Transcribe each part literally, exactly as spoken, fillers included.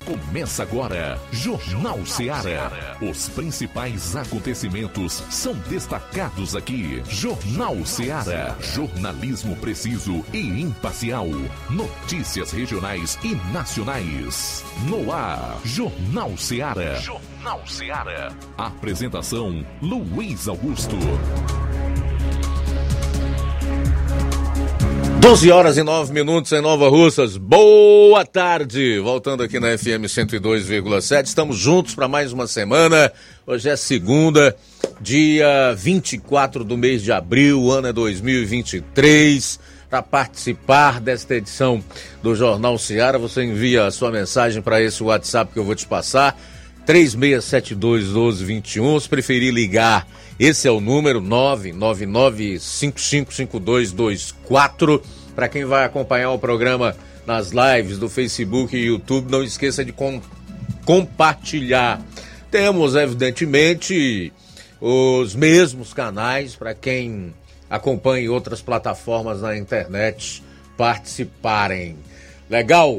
Começa agora, Jornal Ceará. Os principais acontecimentos são destacados aqui. Jornal Ceará. Jornalismo preciso e imparcial. Notícias regionais e nacionais. No ar, Jornal Ceará. Jornal Ceará. Apresentação, Luiz Augusto. doze horas e nove minutos em Nova Russas. Boa tarde. Voltando aqui na F M cento e dois vírgula sete. Estamos juntos para mais uma semana. Hoje é segunda, dia vinte e quatro do mês de abril, o ano é dois mil e vinte e três. Para participar desta edição do Jornal Ceará, você envia a sua mensagem para esse WhatsApp que eu vou te passar, três seis sete dois, um dois dois um. Se preferir ligar, esse é o número nove nove nove cinco cinco cinco dois dois quatro. Para quem vai acompanhar o programa nas lives do Facebook e YouTube, não esqueça de com, compartilhar. Temos, evidentemente, os mesmos canais para quem acompanha em outras plataformas na internet participarem. Legal?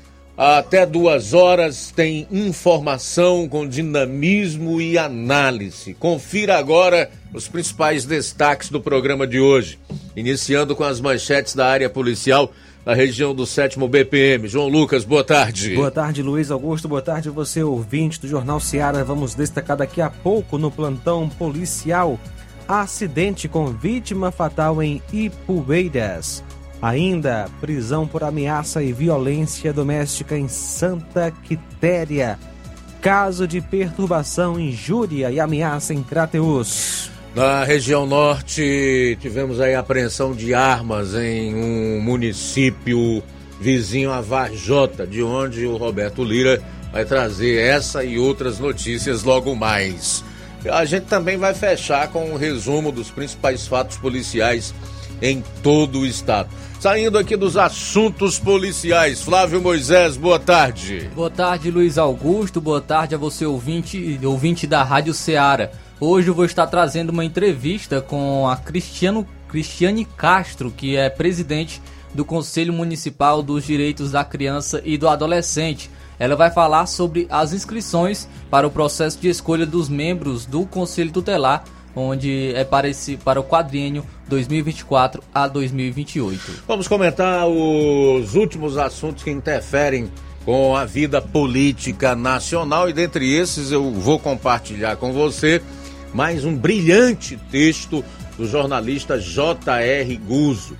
Até duas horas tem informação com dinamismo e análise. Confira agora os principais destaques do programa de hoje. Iniciando com as manchetes da área policial na região do sétimo B P M. João Lucas, boa tarde. Boa tarde, Luiz Augusto. Boa tarde, você ouvinte do Jornal Ceará. Vamos destacar daqui a pouco no plantão policial: acidente com vítima fatal em Ipueiras. Ainda, prisão por ameaça e violência doméstica em Santa Quitéria. Caso de perturbação, injúria e ameaça em Crateús. Na região norte, tivemos aí a apreensão de armas em um município vizinho a Varjota, de onde o Roberto Lira vai trazer essa e outras notícias logo mais. A gente também vai fechar com um resumo dos principais fatos policiais em todo o estado. Saindo aqui dos assuntos policiais, Flávio Moisés, boa tarde. Boa tarde, Luiz Augusto, boa tarde a você ouvinte, ouvinte da Rádio Ceará. Hoje eu vou estar trazendo uma entrevista com a Cristiano, Cristiane Castro, que é presidente do Conselho Municipal dos Direitos da Criança e do Adolescente. Ela vai falar sobre as inscrições para o processo de escolha dos membros do Conselho Tutelar, onde é para, esse, para o quadriênio dois mil e vinte e quatro a dois mil e vinte e oito. Vamos comentar os últimos assuntos que interferem com a vida política nacional, e dentre esses eu vou compartilhar com você mais um brilhante texto do jornalista J R Guzzo,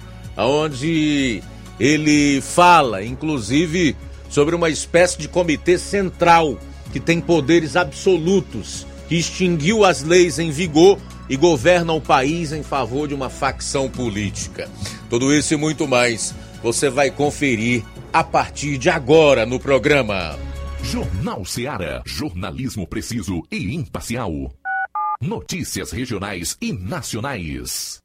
onde ele fala, inclusive, sobre uma espécie de comitê central que tem poderes absolutos, que extinguiu as leis em vigor e governa o país em favor de uma facção política. Tudo isso e muito mais você vai conferir a partir de agora no programa. Jornal Ceará. Jornalismo preciso e imparcial. Notícias regionais e nacionais.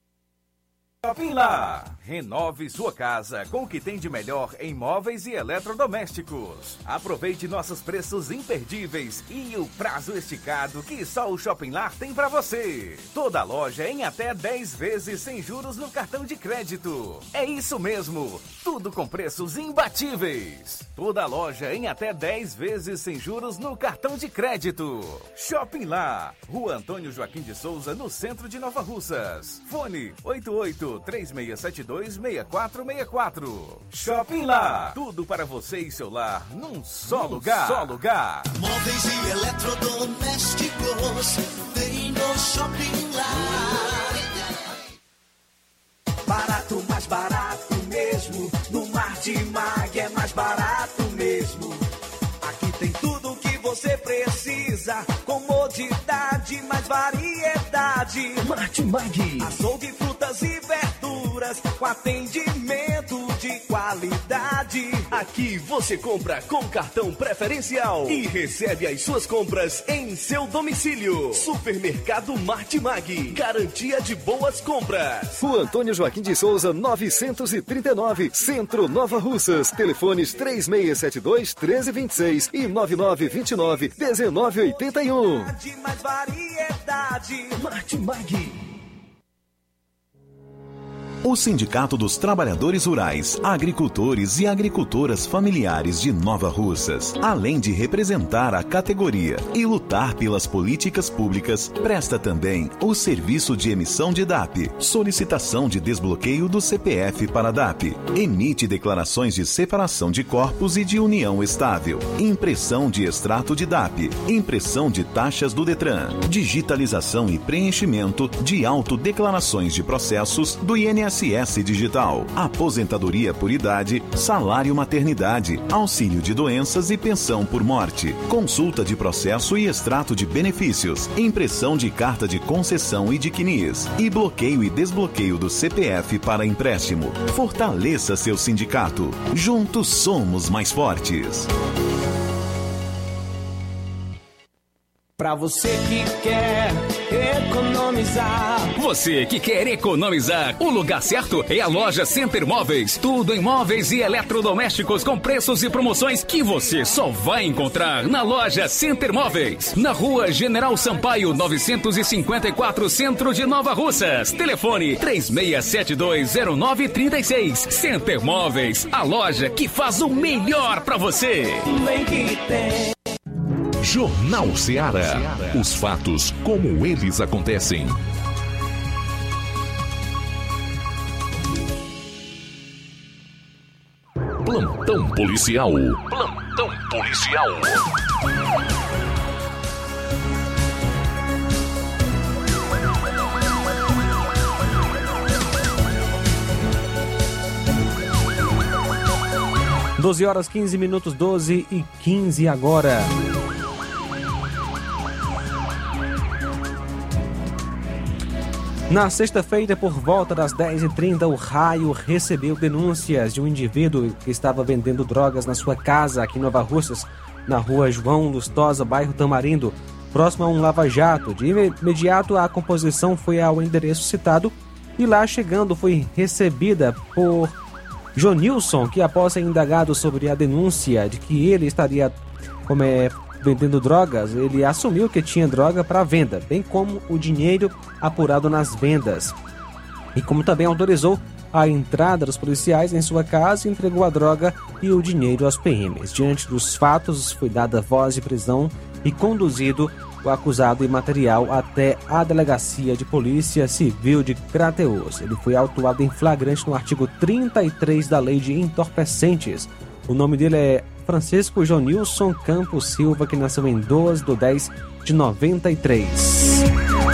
Shopping Lá. Renove sua casa com o que tem de melhor em móveis e eletrodomésticos. Aproveite nossos preços imperdíveis e o prazo esticado que só o Shopping Lá tem para você. Toda loja em até dez vezes sem juros no cartão de crédito. É isso mesmo, tudo com preços imbatíveis. Toda loja em até dez vezes sem juros no cartão de crédito. Shopping Lá, Rua Antônio Joaquim de Souza, no centro de Nova Russas. Fone oito oito três seis sete dois seis quatro seis quatro. Shopping Lá, tudo para você e seu lar num só num lugar. Só lugar. Móveis e eletrodomésticos tem no Shopping Lá. Barato, mais barato mesmo. No Martimag é mais barato mesmo. Aqui tem tudo o que você precisa. Comodidade, mais variedade. Martimag. Açougue, frutas e verduras com atendimento de qualidade. Aqui você compra com cartão preferencial e recebe as suas compras em seu domicílio. Supermercado Martimag, garantia de boas compras. Rua Antônio Joaquim de Souza, novecentos e trinta e nove, Centro, Nova Russas. Telefones três seis sete dois, um três dois seis e nove nove dois nove, um nove oito um. Mais variedade. Martimag. O Sindicato dos Trabalhadores Rurais, Agricultores e Agricultoras Familiares de Nova Russas, além de representar a categoria e lutar pelas políticas públicas, presta também o serviço de emissão de D A P, solicitação de desbloqueio do C P F para D A P, emite declarações de separação de corpos e de união estável, impressão de extrato de D A P, impressão de taxas do Detran, digitalização e preenchimento de autodeclarações de processos do I N S S digital, aposentadoria por idade, salário maternidade, auxílio de doenças e pensão por morte, consulta de processo e extrato de benefícios, impressão de carta de concessão e de C N I S, e bloqueio e desbloqueio do C P F para empréstimo. Fortaleça seu sindicato. Juntos somos mais fortes. Pra você que quer economizar. Você que quer economizar, o lugar certo é a loja Center Móveis. Tudo em móveis e eletrodomésticos com preços e promoções que você só vai encontrar na loja Center Móveis. Na rua General Sampaio, novecentos e cinquenta e quatro, Centro de Nova Russas. Telefone três seis sete dois zero nove três seis. Center Móveis, a loja que faz o melhor pra você. Vem que tem. Jornal Ceará. Os fatos como eles acontecem. Plantão policial. Plantão policial. doze horas quinze minutos, doze e quinze agora. Na sexta-feira, por volta das dez e trinta, o Raio recebeu denúncias de um indivíduo que estava vendendo drogas na sua casa aqui em Nova Russas, na rua João Lustosa, bairro Tamarindo, próximo a um lava-jato. De imediato, a composição foi ao endereço citado e lá chegando foi recebida por Jonilson, que após ser indagado sobre a denúncia de que ele estaria como é, vendendo drogas, ele assumiu que tinha droga para venda, bem como o dinheiro apurado nas vendas. E como também autorizou a entrada dos policiais em sua casa, entregou a droga e o dinheiro aos P Ms. Diante dos fatos, foi dada voz de prisão e conduzido o acusado e material até a Delegacia de Polícia Civil de Crateús. Ele foi autuado em flagrante no artigo trinta e três da Lei de Entorpecentes. O nome dele é Francisco Jonilson Campos Silva, que nasceu em doze de dez de noventa e três.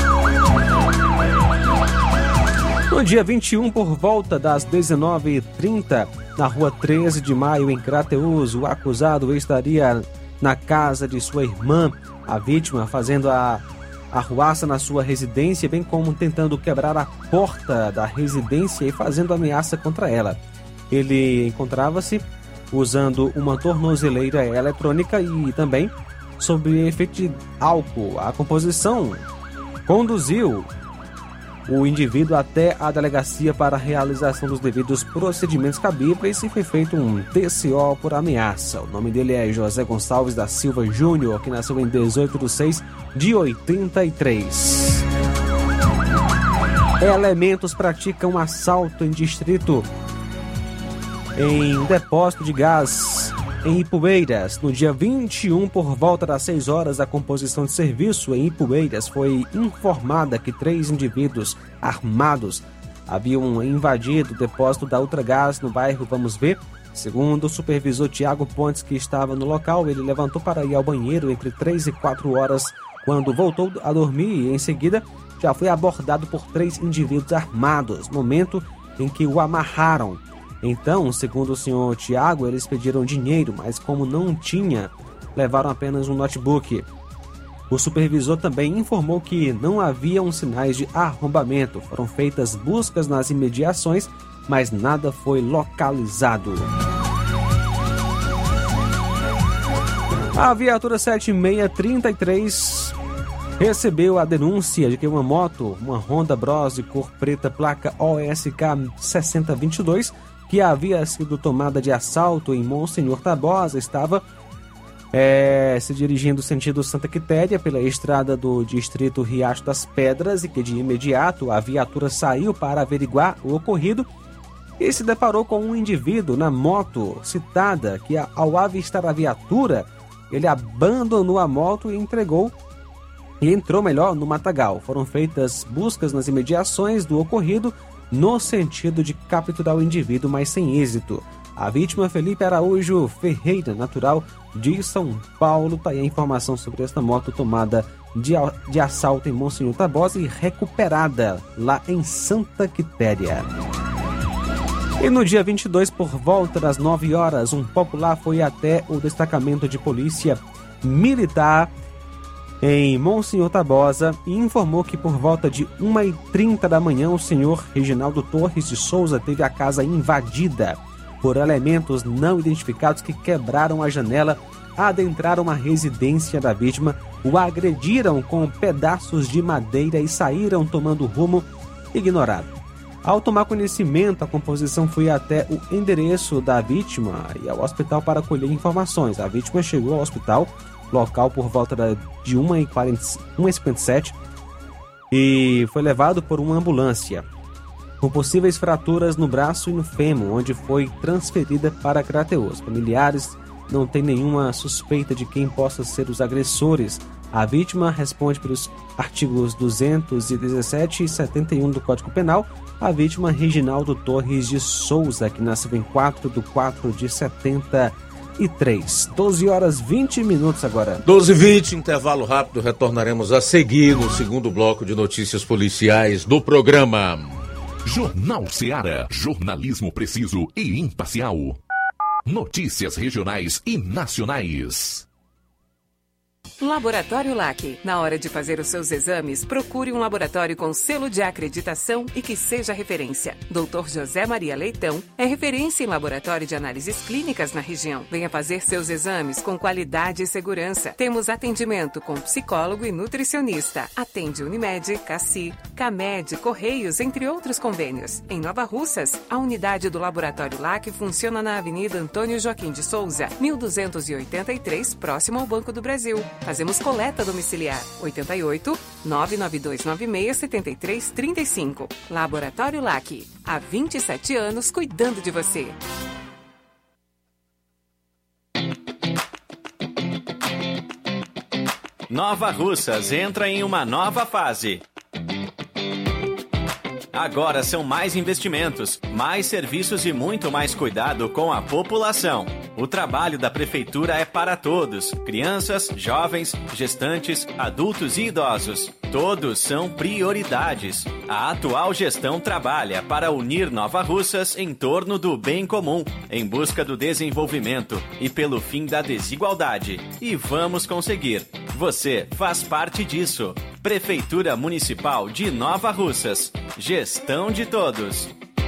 No dia vinte e um, por volta das dezenove e trinta, na rua treze de maio, em Crateús, o acusado estaria na casa de sua irmã, a vítima, fazendo a arruaça na sua residência, bem como tentando quebrar a porta da residência e fazendo ameaça contra ela. Ele encontrava-se usando uma tornozeleira eletrônica e também sob efeito de álcool. A composição conduziu o indivíduo até a delegacia para a realização dos devidos procedimentos cabíveis e foi feito um T C O por ameaça. O nome dele é José Gonçalves da Silva Júnior, que nasceu em dezoito de seis de oitenta e três. Elementos praticam assalto em distrito em um depósito de gás em Ipueiras. No dia vinte e um, por volta das seis horas, a composição de serviço em Ipueiras foi informada que três indivíduos armados haviam invadido o depósito da Ultragás no bairro Vamos Ver. Segundo o supervisor Tiago Pontes, que estava no local, ele levantou para ir ao banheiro entre três e quatro horas, quando voltou a dormir e em seguida já foi abordado por três indivíduos armados, momento em que o amarraram. Então, segundo o senhor Tiago, eles pediram dinheiro, mas como não tinha, levaram apenas um notebook. O supervisor também informou que não haviam sinais de arrombamento. Foram feitas buscas nas imediações, mas nada foi localizado. A viatura sete seis três três recebeu a denúncia de que uma moto, uma Honda Bros de cor preta, placa O S K seis zero dois dois, que havia sido tomada de assalto em Monsenhor Tabosa, estava é, se dirigindo sentido Santa Quitéria pela estrada do distrito Riacho das Pedras, e que de imediato a viatura saiu para averiguar o ocorrido e se deparou com um indivíduo na moto citada que, ao avistar a viatura, ele abandonou a moto e entregou e entrou melhor no matagal. Foram feitas buscas nas imediações do ocorrido no sentido de capturar o indivíduo, mas sem êxito. A vítima, Felipe Araújo Ferreira, natural de São Paulo. Está aí a informação sobre esta moto tomada de, de assalto em Monsenhor Tabosa e recuperada lá em Santa Quitéria. E no dia vinte e dois, por volta das nove horas, um popular foi até o destacamento de polícia militar em Monsenhor Tabosa e informou que por volta de uma e trinta da manhã o senhor Reginaldo Torres de Souza teve a casa invadida por elementos não identificados que quebraram a janela, adentraram a residência da vítima, o agrediram com pedaços de madeira e saíram tomando rumo ignorado. Ao tomar conhecimento, a composição foi até o endereço da vítima e ao hospital para colher informações. A vítima chegou ao hospital, local por volta de uma e cinquenta e sete, e foi levado por uma ambulância, com possíveis fraturas no braço e no fêmur, onde foi transferida para Crateús. Familiares não têm nenhuma suspeita de quem possa ser os agressores. A vítima responde pelos artigos duzentos e dezessete e setenta e um do Código Penal. A vítima, Reginaldo Torres de Souza, que nasceu em quatro de quatro de setenta e três. doze horas e vinte minutos agora. doze e vinte, intervalo rápido. Retornaremos a seguir no segundo bloco de notícias policiais do programa. Jornal Ceará, jornalismo preciso e imparcial. Notícias regionais e nacionais. Laboratório L A C. Na hora de fazer os seus exames, procure um laboratório com selo de acreditação e que seja referência. doutor José Maria Leitão é referência em laboratório de análises clínicas na região. Venha fazer seus exames com qualidade e segurança. Temos atendimento com psicólogo e nutricionista. Atende Unimed, Cassi, Camed, Correios, entre outros convênios. Em Nova Russas, a unidade do Laboratório L A C funciona na Avenida Antônio Joaquim de Souza, mil duzentos e oitenta e três, próximo ao Banco do Brasil. Fazemos coleta domiciliar. oito oito, nove nove dois nove seis, sete três três cinco. Laboratório L A C. Há vinte e sete anos cuidando de você. Nova Russas entra em uma nova fase. Agora são mais investimentos, mais serviços e muito mais cuidado com a população. O trabalho da Prefeitura é para todos, crianças, jovens, gestantes, adultos e idosos. Todos são prioridades. A atual gestão trabalha para unir Nova Russas em torno do bem comum, em busca do desenvolvimento e pelo fim da desigualdade. E vamos conseguir. Você faz parte disso. Prefeitura Municipal de Nova Russas. Gestão de todos.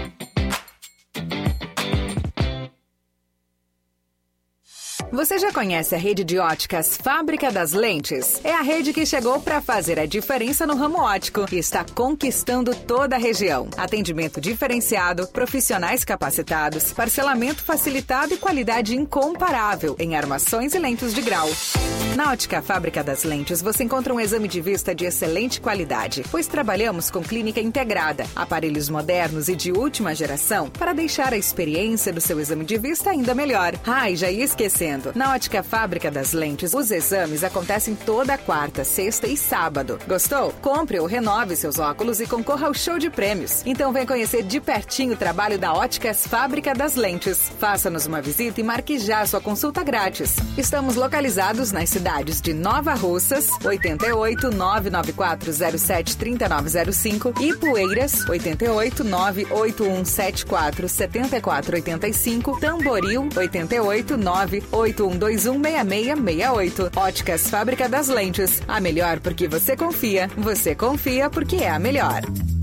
Você já conhece a rede de óticas Fábrica das Lentes? É a rede que chegou para fazer a diferença no ramo óptico e está conquistando toda a região. Atendimento diferenciado, profissionais capacitados, parcelamento facilitado e qualidade incomparável em armações e lentes de grau. Na Ótica Fábrica das Lentes você encontra um exame de vista de excelente qualidade, pois trabalhamos com clínica integrada, aparelhos modernos e de última geração para deixar a experiência do seu exame de vista ainda melhor. Ah, e já ia esquecendo. Na Ótica Fábrica das Lentes, os exames acontecem toda quarta, sexta e sábado. Gostou? Compre ou renove seus óculos e concorra ao show de prêmios. Então vem conhecer de pertinho o trabalho da Óticas Fábrica das Lentes. Faça-nos uma visita e marque já sua consulta grátis. Estamos localizados nas cidades de Nova Russas, oito oito, nove nove quatro zero sete, três nove zero cinco e Poeiras, oito oito, nove oito um sete quatro, sete quatro oito cinco, Tamboril, oito oito, nove oito um dois um seis seis seis oito. Óticas Fábrica das Lentes. A melhor porque você confia. Você confia porque é a melhor.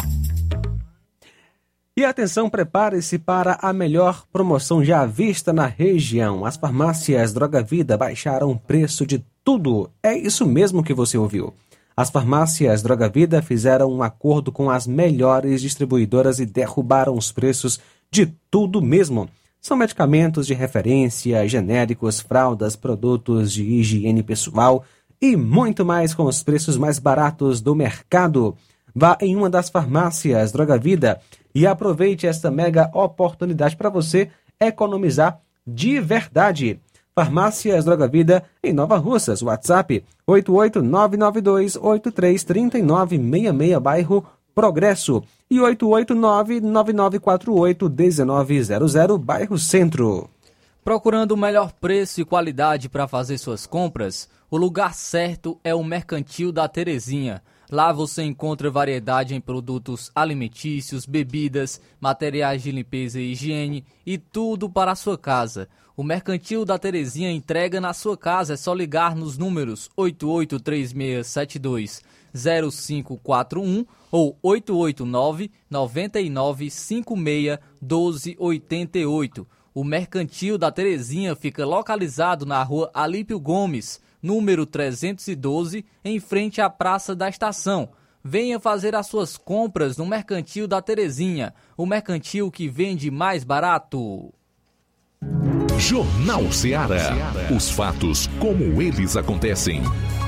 E atenção, prepare-se para a melhor promoção já vista na região. As farmácias Droga Vida baixaram o preço de tudo. É isso mesmo que você ouviu. As farmácias Droga Vida fizeram um acordo com as melhores distribuidoras e derrubaram os preços de tudo mesmo. São medicamentos de referência, genéricos, fraldas, produtos de higiene pessoal e muito mais com os preços mais baratos do mercado. Vá em uma das farmácias Droga Vida e aproveite esta mega oportunidade para você economizar de verdade. Farmácias Droga Vida em Nova Russas, WhatsApp oito oito nove nove dois oito três três nove seis seis, bairro Progresso, e oito oito nove nove nove quatro oito um nove zero zero, bairro Centro. Procurando o melhor preço e qualidade para fazer suas compras? O lugar certo é o Mercantil da Terezinha. Lá você encontra variedade em produtos alimentícios, bebidas, materiais de limpeza e higiene e tudo para a sua casa. O Mercantil da Terezinha entrega na sua casa, é só ligar nos números oito oito três seis sete dois zero cinco quatro um ou oito oito nove nove nove cinco seis um dois oito oito. O Mercantil da Terezinha fica localizado na rua Alípio Gomes, número trezentos e doze, em frente à Praça da Estação. Venha fazer as suas compras no Mercantil da Terezinha, o mercantil que vende mais barato. Jornal Ceará. Os fatos como eles acontecem.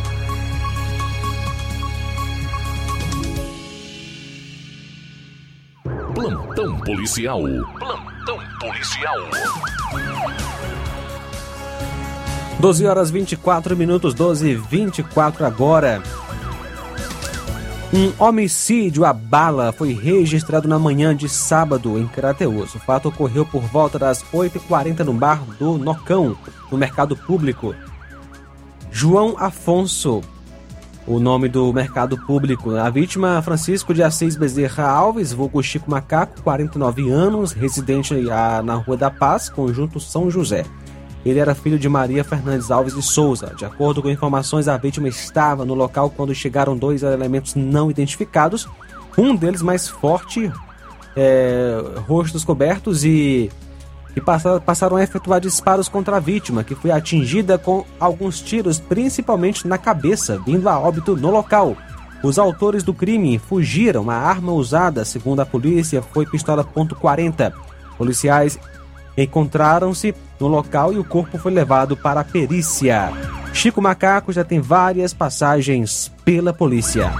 Plantão policial. Plantão policial. doze horas e vinte e quatro minutos, doze e vinte e quatro agora. Um homicídio à bala foi registrado na manhã de sábado em Crateús. O fato ocorreu por volta das oito e quarenta no bar do Nocão, no Mercado Público. João Afonso, o nome do Mercado Público. A vítima, Francisco de Assis Bezerra Alves, vulgo Chico Macaco, quarenta e nove anos, residente na Rua da Paz, Conjunto São José. Ele era filho de Maria Fernandes Alves de Souza. De acordo com informações, a vítima estava no local quando chegaram dois elementos não identificados, um deles mais forte, é, rostos cobertos, e, e passaram, passaram a efetuar disparos contra a vítima, que foi atingida com alguns tiros, principalmente na cabeça, vindo a óbito no local. Os autores do crime fugiram. A arma usada, segundo a polícia, foi pistola ponto quarenta. Policiais encontraram-se no local e o corpo foi levado para a perícia. Chico Macaco já tem várias passagens pela polícia.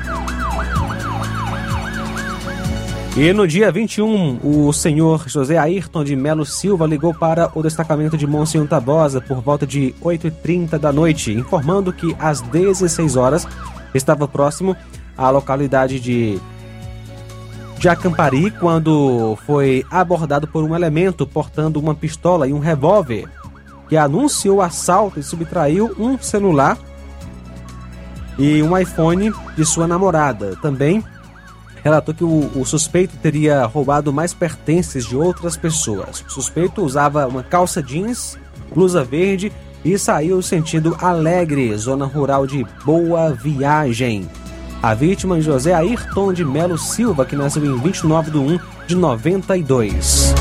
E no dia vinte e um, o senhor José Ayrton de Melo Silva ligou para o destacamento de Monsenhor Tabosa por volta de oito e trinta da noite, informando que às dezesseis horas estava próximo à localidade de de Acampari, quando foi abordado por um elemento portando uma pistola e um revólver, que anunciou o assalto e subtraiu um celular e um iPhone de sua namorada. Também relatou que o, o suspeito teria roubado mais pertences de outras pessoas. O suspeito usava uma calça jeans, blusa verde e saiu sentido Alegre, zona rural de Boa Viagem. A vítima é José Ayrton de Melo Silva, que nasceu em vinte e nove de um de noventa e dois.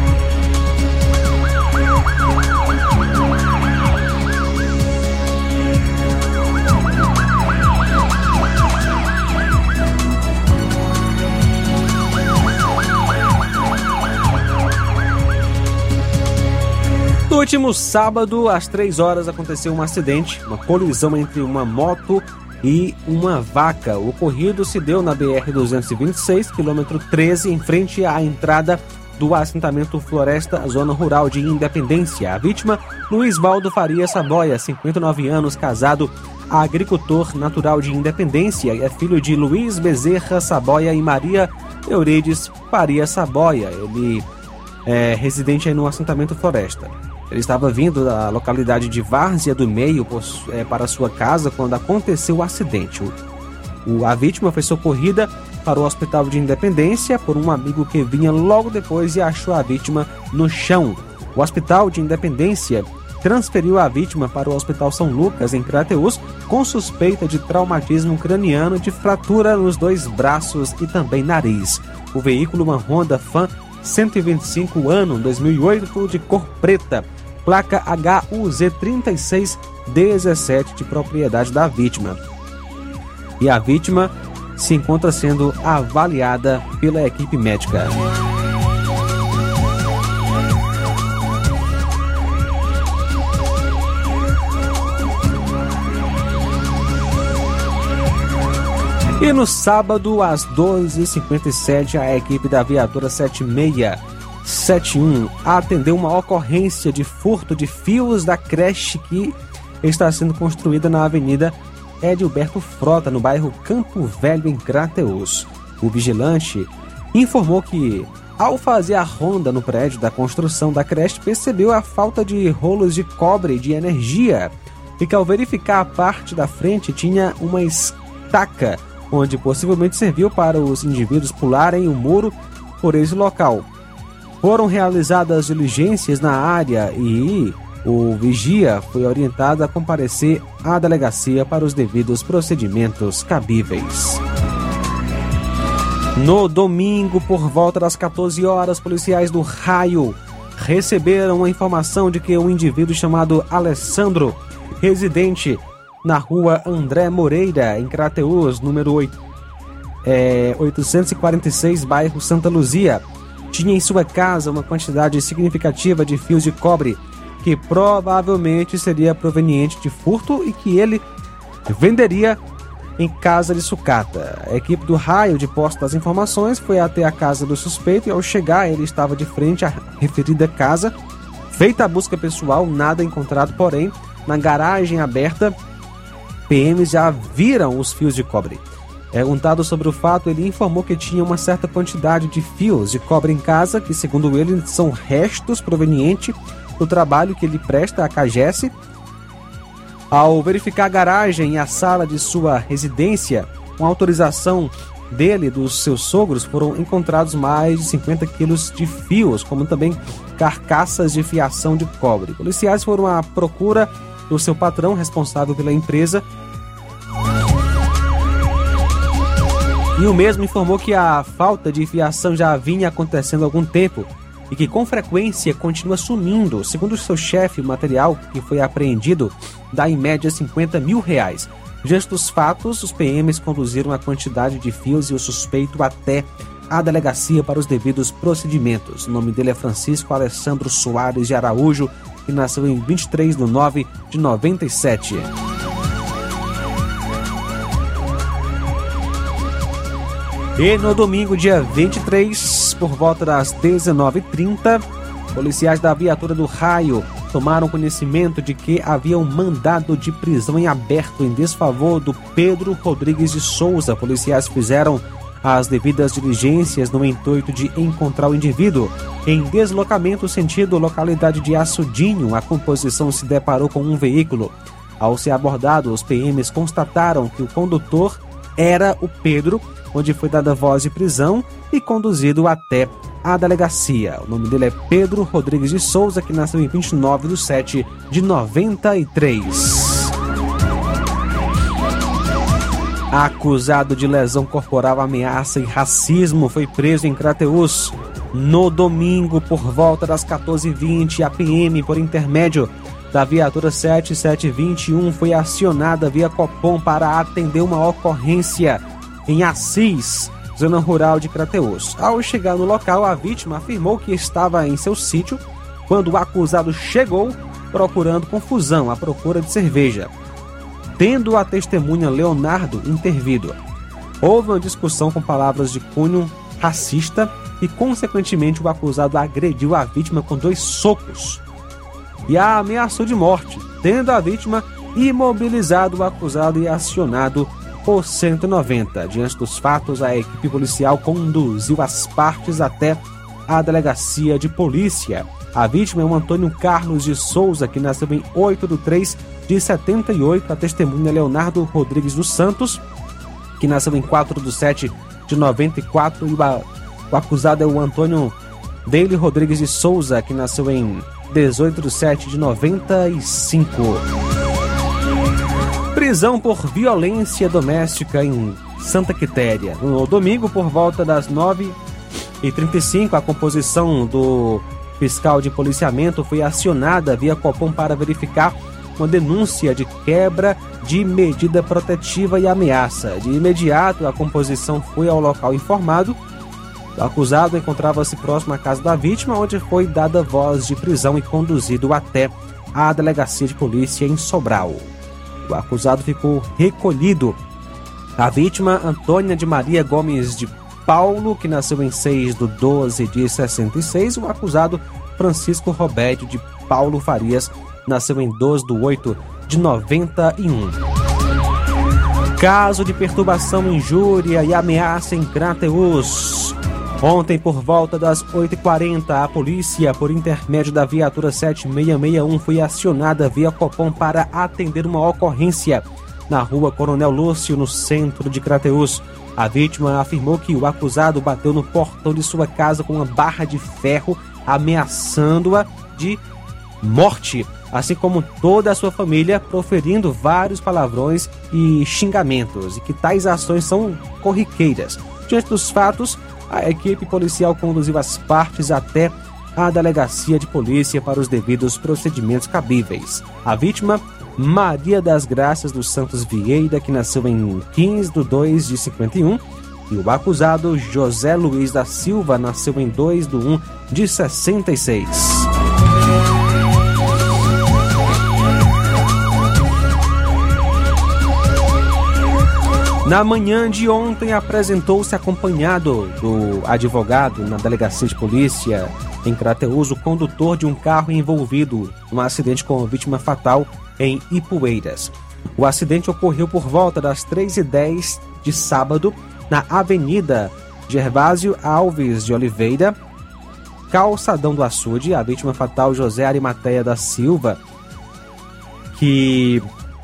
No último sábado, às três horas, aconteceu um acidente, uma colisão entre uma moto e uma vaca. O ocorrido se deu na B R duzentos e vinte e seis, quilômetro treze, em frente à entrada do assentamento Floresta, zona rural de Independência. A vítima, Luiz Valdo Faria Saboia, cinquenta e nove anos, casado, agricultor natural de Independência, é filho de Luiz Bezerra Saboia e Maria Eurides Faria Saboia. Ele é residente aí no assentamento Floresta. Ele estava vindo da localidade de Várzea do Meio é, para sua casa quando aconteceu o acidente. O, o, a vítima foi socorrida para o Hospital de Independência por um amigo que vinha logo depois e achou a vítima no chão. O Hospital de Independência transferiu a vítima para o Hospital São Lucas, em Crateús, com suspeita de traumatismo craniano, de fratura nos dois braços e também nariz. O veículo, uma Honda Fan cento e vinte e cinco ano, dois mil e oito, de cor preta, placa H U Z trinta e seis dezessete, de propriedade da vítima. E a vítima se encontra sendo avaliada pela equipe médica. E no sábado, às doze e cinquenta e sete, a equipe da viatura sete seis sete um atendeu uma ocorrência de furto de fios da creche que está sendo construída na Avenida Edilberto Frota, no bairro Campo Velho, em Crateús. O vigilante informou que, ao fazer a ronda no prédio da construção da creche, percebeu a falta de rolos de cobre de energia e que, ao verificar a parte da frente, tinha uma estaca onde possivelmente serviu para os indivíduos pularem o muro por esse local. Foram realizadas diligências na área e o vigia foi orientado a comparecer à delegacia para os devidos procedimentos cabíveis. No domingo, por volta das quatorze horas, policiais do Raio receberam a informação de que um indivíduo chamado Alessandro, residente na rua André Moreira, em Crateús, número oito, é, oitocentos e quarenta e seis, bairro Santa Luzia, tinha em sua casa uma quantidade significativa de fios de cobre que provavelmente seria proveniente de furto e que ele venderia em casa de sucata. A equipe do Raio, de posse das informações, foi até a casa do suspeito e, ao chegar, ele estava de frente à referida casa. Feita a busca pessoal, nada encontrado, porém, na garagem aberta, P Ms já viram os fios de cobre. Perguntado sobre o fato, ele informou que tinha uma certa quantidade de fios de cobre em casa, que, segundo ele, são restos provenientes do trabalho que ele presta à Cagesse. Ao verificar a garagem e a sala de sua residência, com autorização dele e dos seus sogros, foram encontrados mais de cinquenta quilos de fios, como também carcaças de fiação de cobre. Policiais foram à procura do seu patrão, responsável pela empresa, e o mesmo informou que a falta de fiação já vinha acontecendo há algum tempo e que com frequência continua sumindo. Segundo o seu chefe, o material que foi apreendido dá em média cinquenta mil reais. Diante dos fatos, os P Ms conduziram a quantidade de fios e o suspeito até a delegacia para os devidos procedimentos. O nome dele é Francisco Alessandro Soares de Araújo, que nasceu em vinte e três de nove de noventa e sete. E no domingo, dia vinte e três, por volta das dezenove e trinta, policiais da viatura do Raio tomaram conhecimento de que havia um mandado de prisão em aberto em desfavor do Pedro Rodrigues de Souza. Policiais fizeram as devidas diligências no intuito de encontrar o indivíduo. Em deslocamento sentido localidade de Açudinho, a composição se deparou com um veículo. Ao ser abordado, os P Ms constataram que o condutor era o Pedro, onde foi dada voz de prisão e conduzido até a delegacia. O nome dele é Pedro Rodrigues de Souza, que nasceu em vinte e nove de sete de noventa e três. Acusado de lesão corporal, ameaça e racismo, foi preso em Crateús. No domingo, por volta das quatorze e vinte, a P M, por intermédio da viatura sete sete dois um, foi acionada via Copom para atender uma ocorrência em Assis, zona rural de Crateús. Ao chegar no local, a vítima afirmou que estava em seu sítio quando o acusado chegou procurando confusão à procura de cerveja, tendo a testemunha Leonardo intervido. Houve uma discussão com palavras de cunho racista e, consequentemente, o acusado agrediu a vítima com dois socos e a ameaçou de morte, tendo a vítima imobilizado o acusado e acionado por cento e noventa. Diante dos fatos, a equipe policial conduziu as partes até a delegacia de polícia. A vítima é o Antônio Carlos de Souza, que nasceu em oito de três de setenta e oito. A testemunha é Leonardo Rodrigues dos Santos, que nasceu em quatro de sete de noventa e quatro. E o acusado é o Antônio Deile Rodrigues de Souza, que nasceu em dezoito de sete de noventa e cinco. Prisão por violência doméstica em Santa Quitéria. No domingo, por volta das nove e trinta e cinco, a composição do fiscal de policiamento foi acionada via Copom para verificar uma denúncia de quebra de medida protetiva e ameaça. De imediato, a composição foi ao local informado. O acusado encontrava-se próximo à casa da vítima, onde foi dada voz de prisão e conduzido até a delegacia de polícia em Sobral. O acusado ficou recolhido A vítima, Antônia de Maria Gomes de Paulo, que nasceu em seis de doze de sessenta e seis. O acusado, Francisco Roberto de Paulo Farias, nasceu em doze de oito de noventa e um. Caso de perturbação, injúria e ameaça em Crateús. Ontem, por volta das oito e quarenta, a polícia, por intermédio da viatura sete seis seis um, foi acionada via Copom para atender uma ocorrência na rua Coronel Lúcio, no centro de Crateús. A vítima afirmou que o acusado bateu no portão de sua casa com uma barra de ferro, ameaçando-a de morte, assim como toda a sua família, proferindo vários palavrões e xingamentos, e que tais ações são corriqueiras. Diante dos fatos, a equipe policial conduziu as partes até a delegacia de polícia para os devidos procedimentos cabíveis. A vítima, Maria das Graças dos Santos Vieira, que nasceu em quinze de dois de cinquenta e um, e o acusado, José Luiz da Silva, nasceu em dois de um de sessenta e seis. Na manhã de ontem, apresentou-se acompanhado do advogado na delegacia de polícia em Crateús o condutor de um carro envolvido num acidente com vítima fatal em Ipueiras. O acidente ocorreu por volta das três e dez de sábado na Avenida Gervásio Alves de Oliveira, Calçadão do Açude. A vítima fatal, José Arimateia da Silva, que,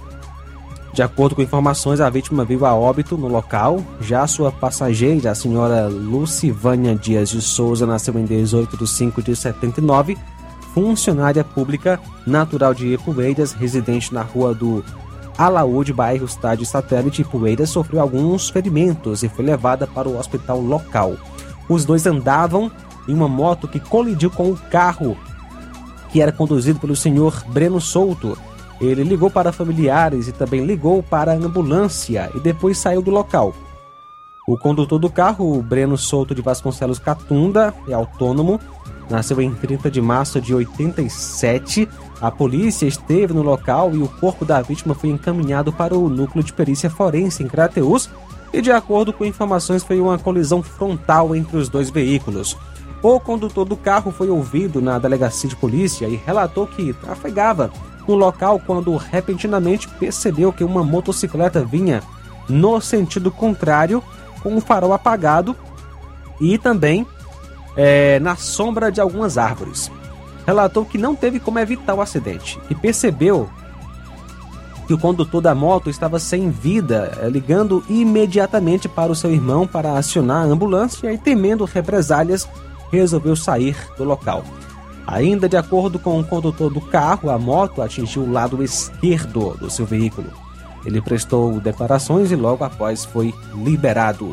de acordo com informações, a vítima veio a óbito no local. Já sua passageira, a senhora Lucivânia Dias de Souza, nasceu em dezoito de cinco de setenta e nove, funcionária pública, natural de Ipueiras, residente na rua do Alaúde, bairro Estádio Satélite. Ipueiras, sofreu alguns ferimentos e foi levada para o hospital local. Os dois andavam em uma moto que colidiu com o carro que era conduzido pelo senhor Breno Souto. Ele ligou para familiares e também ligou para a ambulância e depois saiu do local. O condutor do carro, o Breno Souto de Vasconcelos Catunda, é autônomo, nasceu em trinta de março de oitenta e sete. A polícia esteve no local e o corpo da vítima foi encaminhado para o núcleo de perícia forense em Crateús e, de acordo com informações, foi uma colisão frontal entre os dois veículos. O condutor do carro foi ouvido na delegacia de polícia e relatou que trafegava no local quando repentinamente percebeu que uma motocicleta vinha no sentido contrário com o farol apagado e também é, na sombra de algumas árvores. Relatou que não teve como evitar o acidente e percebeu que o condutor da moto estava sem vida, ligando imediatamente para o seu irmão para acionar a ambulância e, temendo represálias, resolveu sair do local. Ainda de acordo com o condutor do carro, a moto atingiu o lado esquerdo do seu veículo. Ele prestou declarações e logo após foi liberado.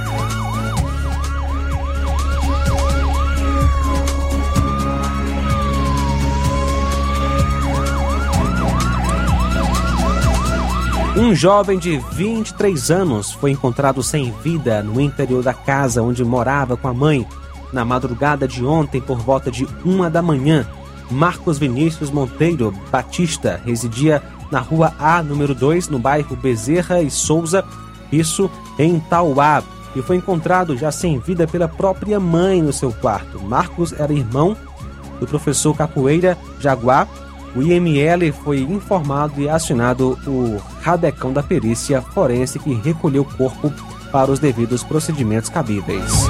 Um jovem de vinte e três anos foi encontrado sem vida no interior da casa onde morava com a mãe na madrugada de ontem por volta de uma da manhã. Marcos Vinícius Monteiro Batista residia na rua A, número dois, no bairro Bezerra e Souza, isso em Tauá, e foi encontrado já sem vida pela própria mãe no seu quarto. Marcos era irmão do professor Capoeira Jaguar. O I M L foi informado e acionado o Rabecão da perícia forense, que recolheu o corpo para os devidos procedimentos cabíveis.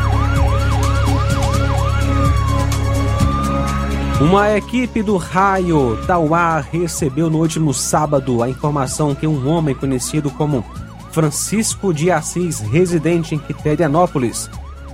Uma equipe do Raio Tauá recebeu no último sábado a informação que um homem conhecido como Francisco de Assis, residente em Quiterianópolis,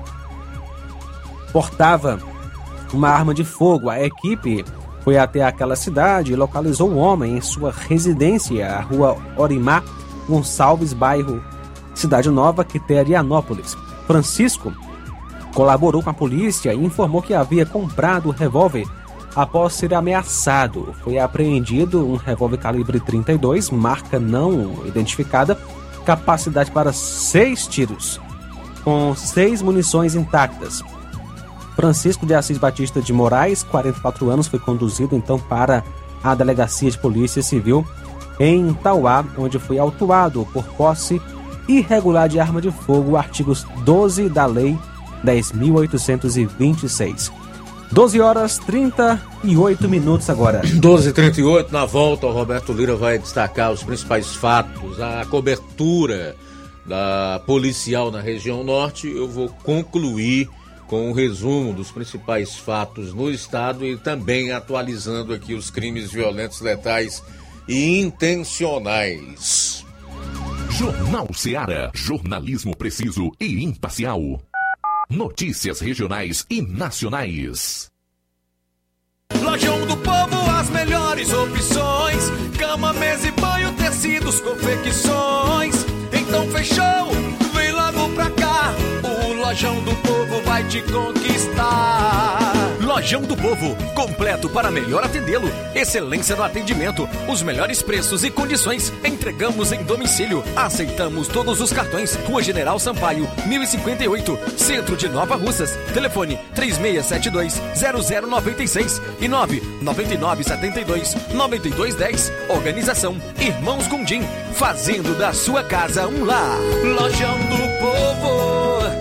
portava uma arma de fogo. A equipe foi até aquela cidade e localizou o homem em sua residência, a rua Orimar Gonçalves, bairro Cidade Nova, Quiterianópolis. Francisco colaborou com a polícia e informou que havia comprado o revólver após ser ameaçado. Foi apreendido um revólver calibre trinta e dois, marca não identificada, capacidade para seis tiros, com seis munições intactas. Francisco de Assis Batista de Moraes, quarenta e quatro anos, foi conduzido então para a Delegacia de Polícia Civil em Tauá, onde foi autuado por posse irregular de arma de fogo, artigos doze da Lei dez mil oitocentos e vinte e seis. doze horas e trinta e oito minutos agora. doze e trinta e oito, na volta o Roberto Lira vai destacar os principais fatos, a cobertura da policial na região norte. Eu vou concluir com um resumo dos principais fatos no estado e também atualizando aqui os crimes violentos, letais e intencionais. Jornal Ceará, jornalismo preciso e imparcial. Notícias regionais e nacionais. Lojão do Povo, as melhores opções: cama, mesa e banho, tecidos, confecções. Então fechou, vem logo pra cá. O Lojão do Povo vai te conquistar. Lojão do Povo, completo para melhor atendê-lo. Excelência no atendimento, os melhores preços e condições. Entregamos em domicílio. Aceitamos todos os cartões. Rua General Sampaio, mil e cinquenta e oito, Centro de Nova Russas. Telefone três seis sete dois, zero zero nove seis e nove nove nove sete dois, nove dois um zero. Organização Irmãos Gondim, fazendo da sua casa um lar. Lojão do Povo.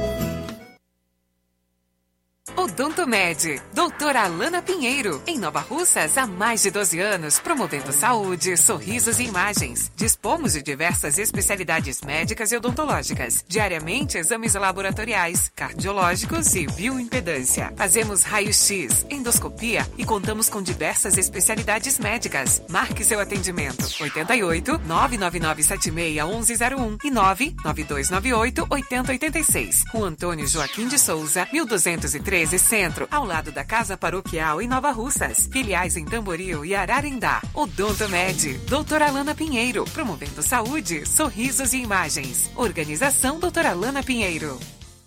Odontomed, doutora Alana Pinheiro, em Nova Russas há mais de doze anos, promovendo saúde, sorrisos e imagens. Dispomos de diversas especialidades médicas e odontológicas. Diariamente, exames laboratoriais, cardiológicos e bioimpedância. Fazemos raio-x, endoscopia e contamos com diversas especialidades médicas. Marque seu atendimento. oito oito, nove nove nove sete seis, um um zero um e nove nove dois nove oito, oito zero oito seis. Rua Antônio Joaquim de Souza, mil duzentos e treze, Centro, ao lado da Casa Paroquial em Nova Russas. Filiais em Tamboril e Ararindá. Odontomed, doutora Alana Pinheiro, promovendo saúde, sorrisos e imagens. Organização doutora Alana Pinheiro.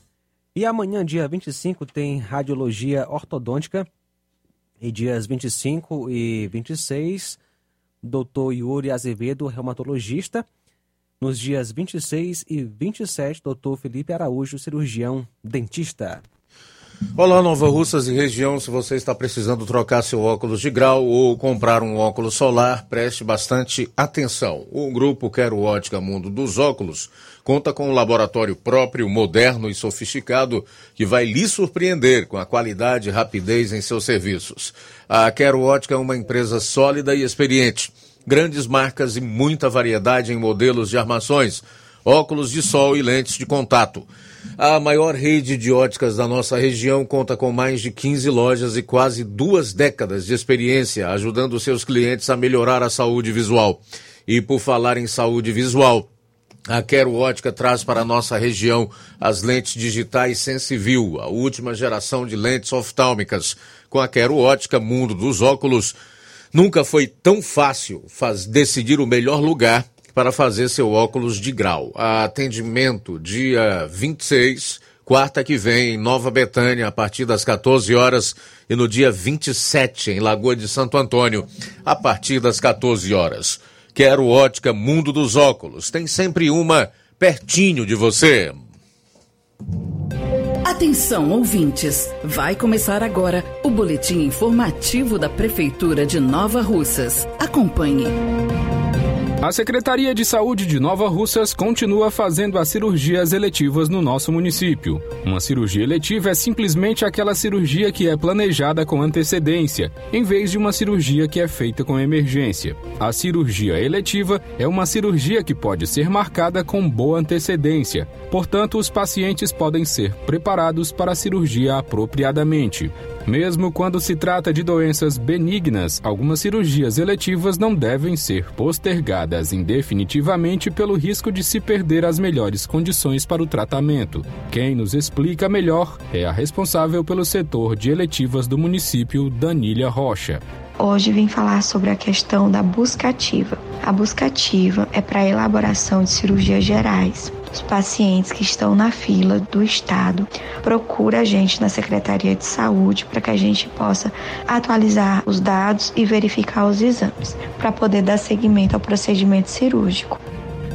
E amanhã, dia vinte e cinco, tem radiologia ortodôntica. E dias vinte e cinco e vinte e seis, doutor Yuri Azevedo, reumatologista. Nos dias vinte e seis e vinte e sete, doutor Felipe Araújo, cirurgião dentista. Olá, Nova Russas e região. Se você está precisando trocar seu óculos de grau ou comprar um óculos solar, preste bastante atenção. O grupo Quero Ótica Mundo dos Óculos conta com um laboratório próprio, moderno e sofisticado que vai lhe surpreender com a qualidade e rapidez em seus serviços. A Quero Ótica é uma empresa sólida e experiente. Grandes marcas e muita variedade em modelos de armações, óculos de sol e lentes de contato. A maior rede de óticas da nossa região conta com mais de quinze lojas e quase duas décadas de experiência, ajudando seus clientes a melhorar a saúde visual. E por falar em saúde visual, a Quero Ótica traz para a nossa região as lentes digitais Sensiview, a última geração de lentes oftálmicas. Com a Quero Ótica Mundo dos Óculos, nunca foi tão fácil faz, decidir o melhor lugar para fazer seu óculos de grau. Atendimento dia vinte e seis, quarta que vem, em Nova Betânia, a partir das quatorze horas, e no dia vinte e sete, em Lagoa de Santo Antônio, a partir das quatorze horas. Quero Ótica Mundo dos Óculos. Tem sempre uma pertinho de você. Atenção, ouvintes! Vai começar agora o boletim informativo da Prefeitura de Nova Russas. Acompanhe. A Secretaria de Saúde de Nova Russas continua fazendo as cirurgias eletivas no nosso município. Uma cirurgia eletiva é simplesmente aquela cirurgia que é planejada com antecedência, em vez de uma cirurgia que é feita com emergência. A cirurgia eletiva é uma cirurgia que pode ser marcada com boa antecedência. Portanto, os pacientes podem ser preparados para a cirurgia apropriadamente. Mesmo quando se trata de doenças benignas, algumas cirurgias eletivas não devem ser postergadas indefinitivamente pelo risco de se perder as melhores condições para o tratamento. Quem nos explica melhor é a responsável pelo setor de eletivas do município, Danília Rocha. Hoje vim falar sobre a questão da busca ativa. A busca ativa é para a elaboração de cirurgias gerais. Os pacientes que estão na fila do Estado procuram a gente na Secretaria de Saúde para que a gente possa atualizar os dados e verificar os exames, para poder dar seguimento ao procedimento cirúrgico.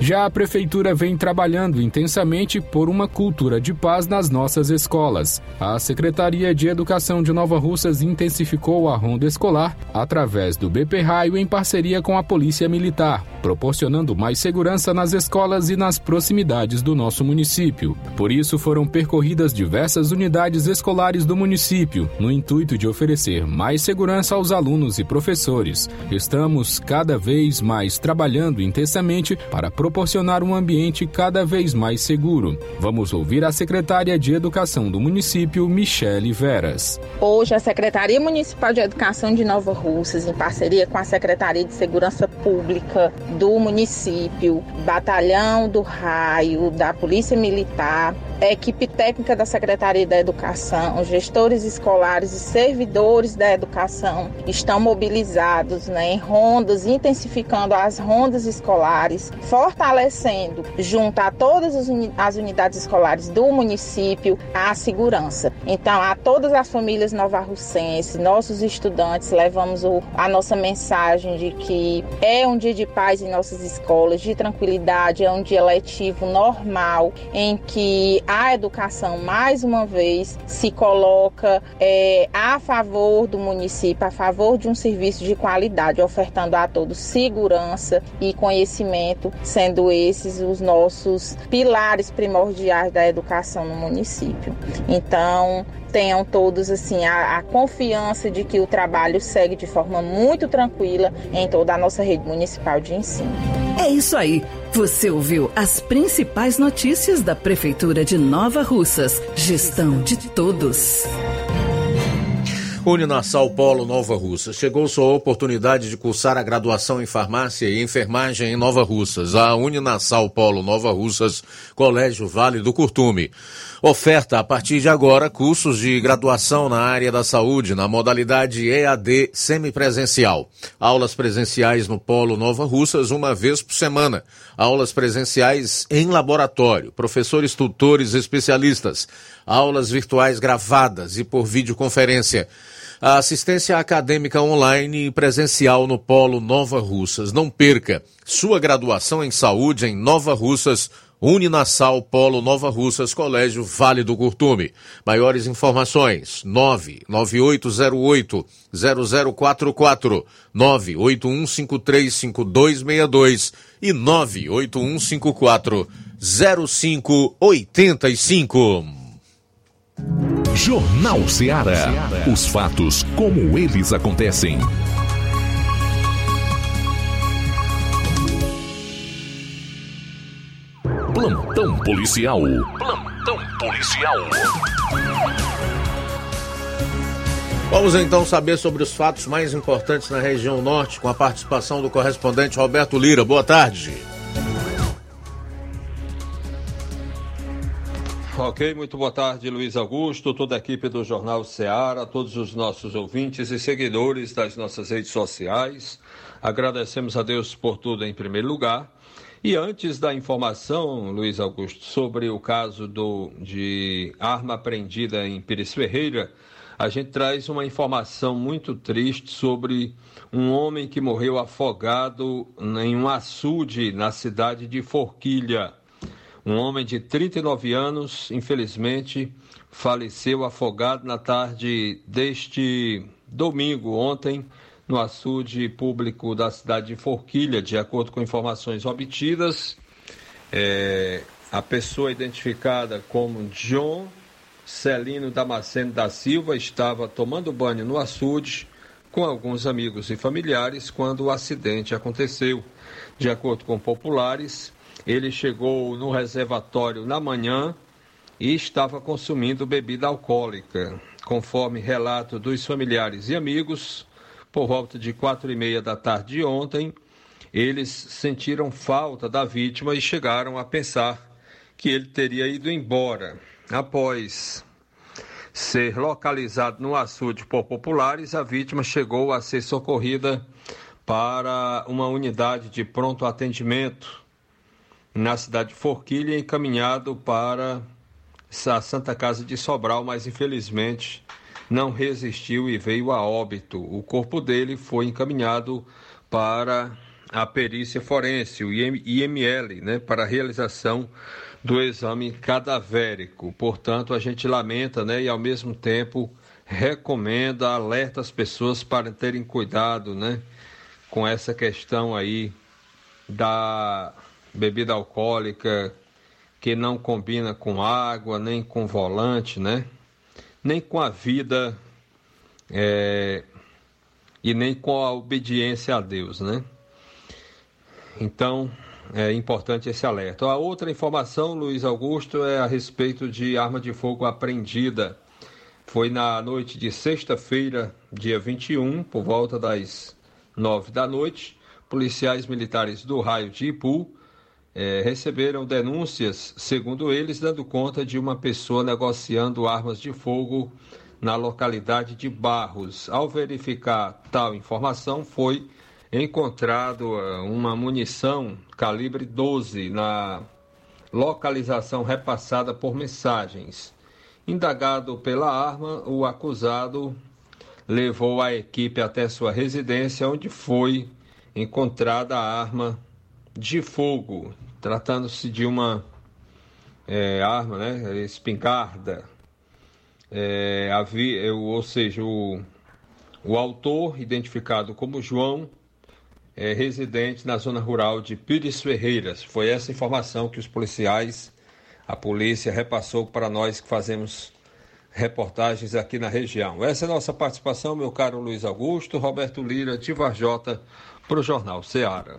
Já a Prefeitura vem trabalhando intensamente por uma cultura de paz nas nossas escolas. A Secretaria de Educação de Nova Russas intensificou a ronda escolar através do B P Raio em parceria com a Polícia Militar, proporcionando mais segurança nas escolas e nas proximidades do nosso município. Por isso, foram percorridas diversas unidades escolares do município, no intuito de oferecer mais segurança aos alunos e professores. Estamos cada vez mais trabalhando intensamente para proporcionar um ambiente cada vez mais seguro. Vamos ouvir a secretária de Educação do município, Michele Veras. Hoje, a Secretaria Municipal de Educação de Nova Russas, em parceria com a Secretaria de Segurança Pública do município, Batalhão do Raio, da Polícia Militar, a equipe técnica da Secretaria da Educação, gestores escolares e servidores da educação estão mobilizados, né, em rondas, intensificando as rondas escolares, fortalecendo, junto a todas as, uni- as unidades escolares do município, a segurança. Então, a todas as famílias novarrussenses, nossos estudantes, levamos o, a nossa mensagem de que é um dia de paz em nossas escolas, de tranquilidade, é um dia letivo normal, em que a educação, mais uma vez, se coloca é, a favor do município, a favor de um serviço de qualidade, ofertando a todos segurança e conhecimento, sendo esses os nossos pilares primordiais da educação no município. Então, tenham todos assim a, a confiança de que o trabalho segue de forma muito tranquila em toda a nossa rede municipal de ensino. É isso aí. Você ouviu as principais notícias da Prefeitura de Nova Russas. Gestão de todos. Uninasal Polo Nova Russas. Chegou sua oportunidade de cursar a graduação em farmácia e enfermagem em Nova Russas. A Uninasal Polo Nova Russas, Colégio Vale do Curtume. Oferta a partir de agora cursos de graduação na área da saúde, na modalidade E A D semipresencial. Aulas presenciais no Polo Nova Russas uma vez por semana. Aulas presenciais em laboratório, professores tutores especialistas. Aulas virtuais gravadas e por videoconferência. A assistência acadêmica online e presencial no Polo Nova Russas. Não perca sua graduação em saúde em Nova Russas, Uninasal Polo Nova Russas, Colégio Vale do Curtume. Maiores informações, nove nove oito zero oito zero zero quatro quatro, nove oito um cinco três cinco dois seis dois e nove oito um cinco quatro zero cinco oito cinco. Jornal Ceará. Os fatos como eles acontecem. Plantão policial. Plantão policial. Vamos então saber sobre os fatos mais importantes na região norte com a participação do correspondente Roberto Lira. Boa tarde. Ok, muito boa tarde, Luiz Augusto, toda a equipe do Jornal Ceará, todos os nossos ouvintes e seguidores das nossas redes sociais. Agradecemos a Deus por tudo em primeiro lugar. E antes da informação, Luiz Augusto, sobre o caso do, de arma apreendida em Pires Ferreira, a gente traz uma informação muito triste sobre um homem que morreu afogado em um açude na cidade de Forquilha. Um homem de trinta e nove anos, infelizmente, faleceu afogado na tarde deste domingo, ontem, no açude público da cidade de Forquilha. De acordo com informações obtidas, é, a pessoa identificada como John Celino Damasceno da Silva estava tomando banho no açude com alguns amigos e familiares quando o acidente aconteceu. De acordo com populares, ele chegou no reservatório na manhã e estava consumindo bebida alcoólica. Conforme relato dos familiares e amigos, por volta de quatro e meia da tarde de ontem, eles sentiram falta da vítima e chegaram a pensar que ele teria ido embora. Após ser localizado no açude por populares, a vítima chegou a ser socorrida para uma unidade de pronto atendimento na cidade de Forquilha, encaminhado para a Santa Casa de Sobral, mas infelizmente não resistiu e veio a óbito. O corpo dele foi encaminhado para a perícia forense, o I M L, né, para a realização do exame cadavérico. Portanto, a gente lamenta, né, e ao mesmo tempo recomenda, alerta as pessoas para terem cuidado, né, com essa questão aí da bebida alcoólica que não combina com água, nem com volante, né, nem com a vida é, e nem com a obediência a Deus, né. Então, é importante esse alerta. A outra informação, Luiz Augusto, é a respeito de arma de fogo apreendida. Foi na noite de sexta-feira, dia vinte e um, por volta das nove da noite, policiais militares do raio de Ipu é, receberam denúncias, segundo eles, dando conta de uma pessoa negociando armas de fogo na localidade de Barros. Ao verificar tal informação, foi encontrado uma munição calibre doze na localização repassada por mensagens. Indagado pela arma, o acusado levou a equipe até sua residência, onde foi encontrada a arma de fogo, tratando-se de uma é, arma, né, espingarda, é, havia, ou seja, o, o autor, identificado como João, é residente na zona rural de Pires Ferreiras. Foi essa informação que os policiais, a polícia, repassou para nós que fazemos reportagens aqui na região. Essa é a nossa participação, meu caro Luiz Augusto. Roberto Lira, de Varjota, para o Jornal Ceará.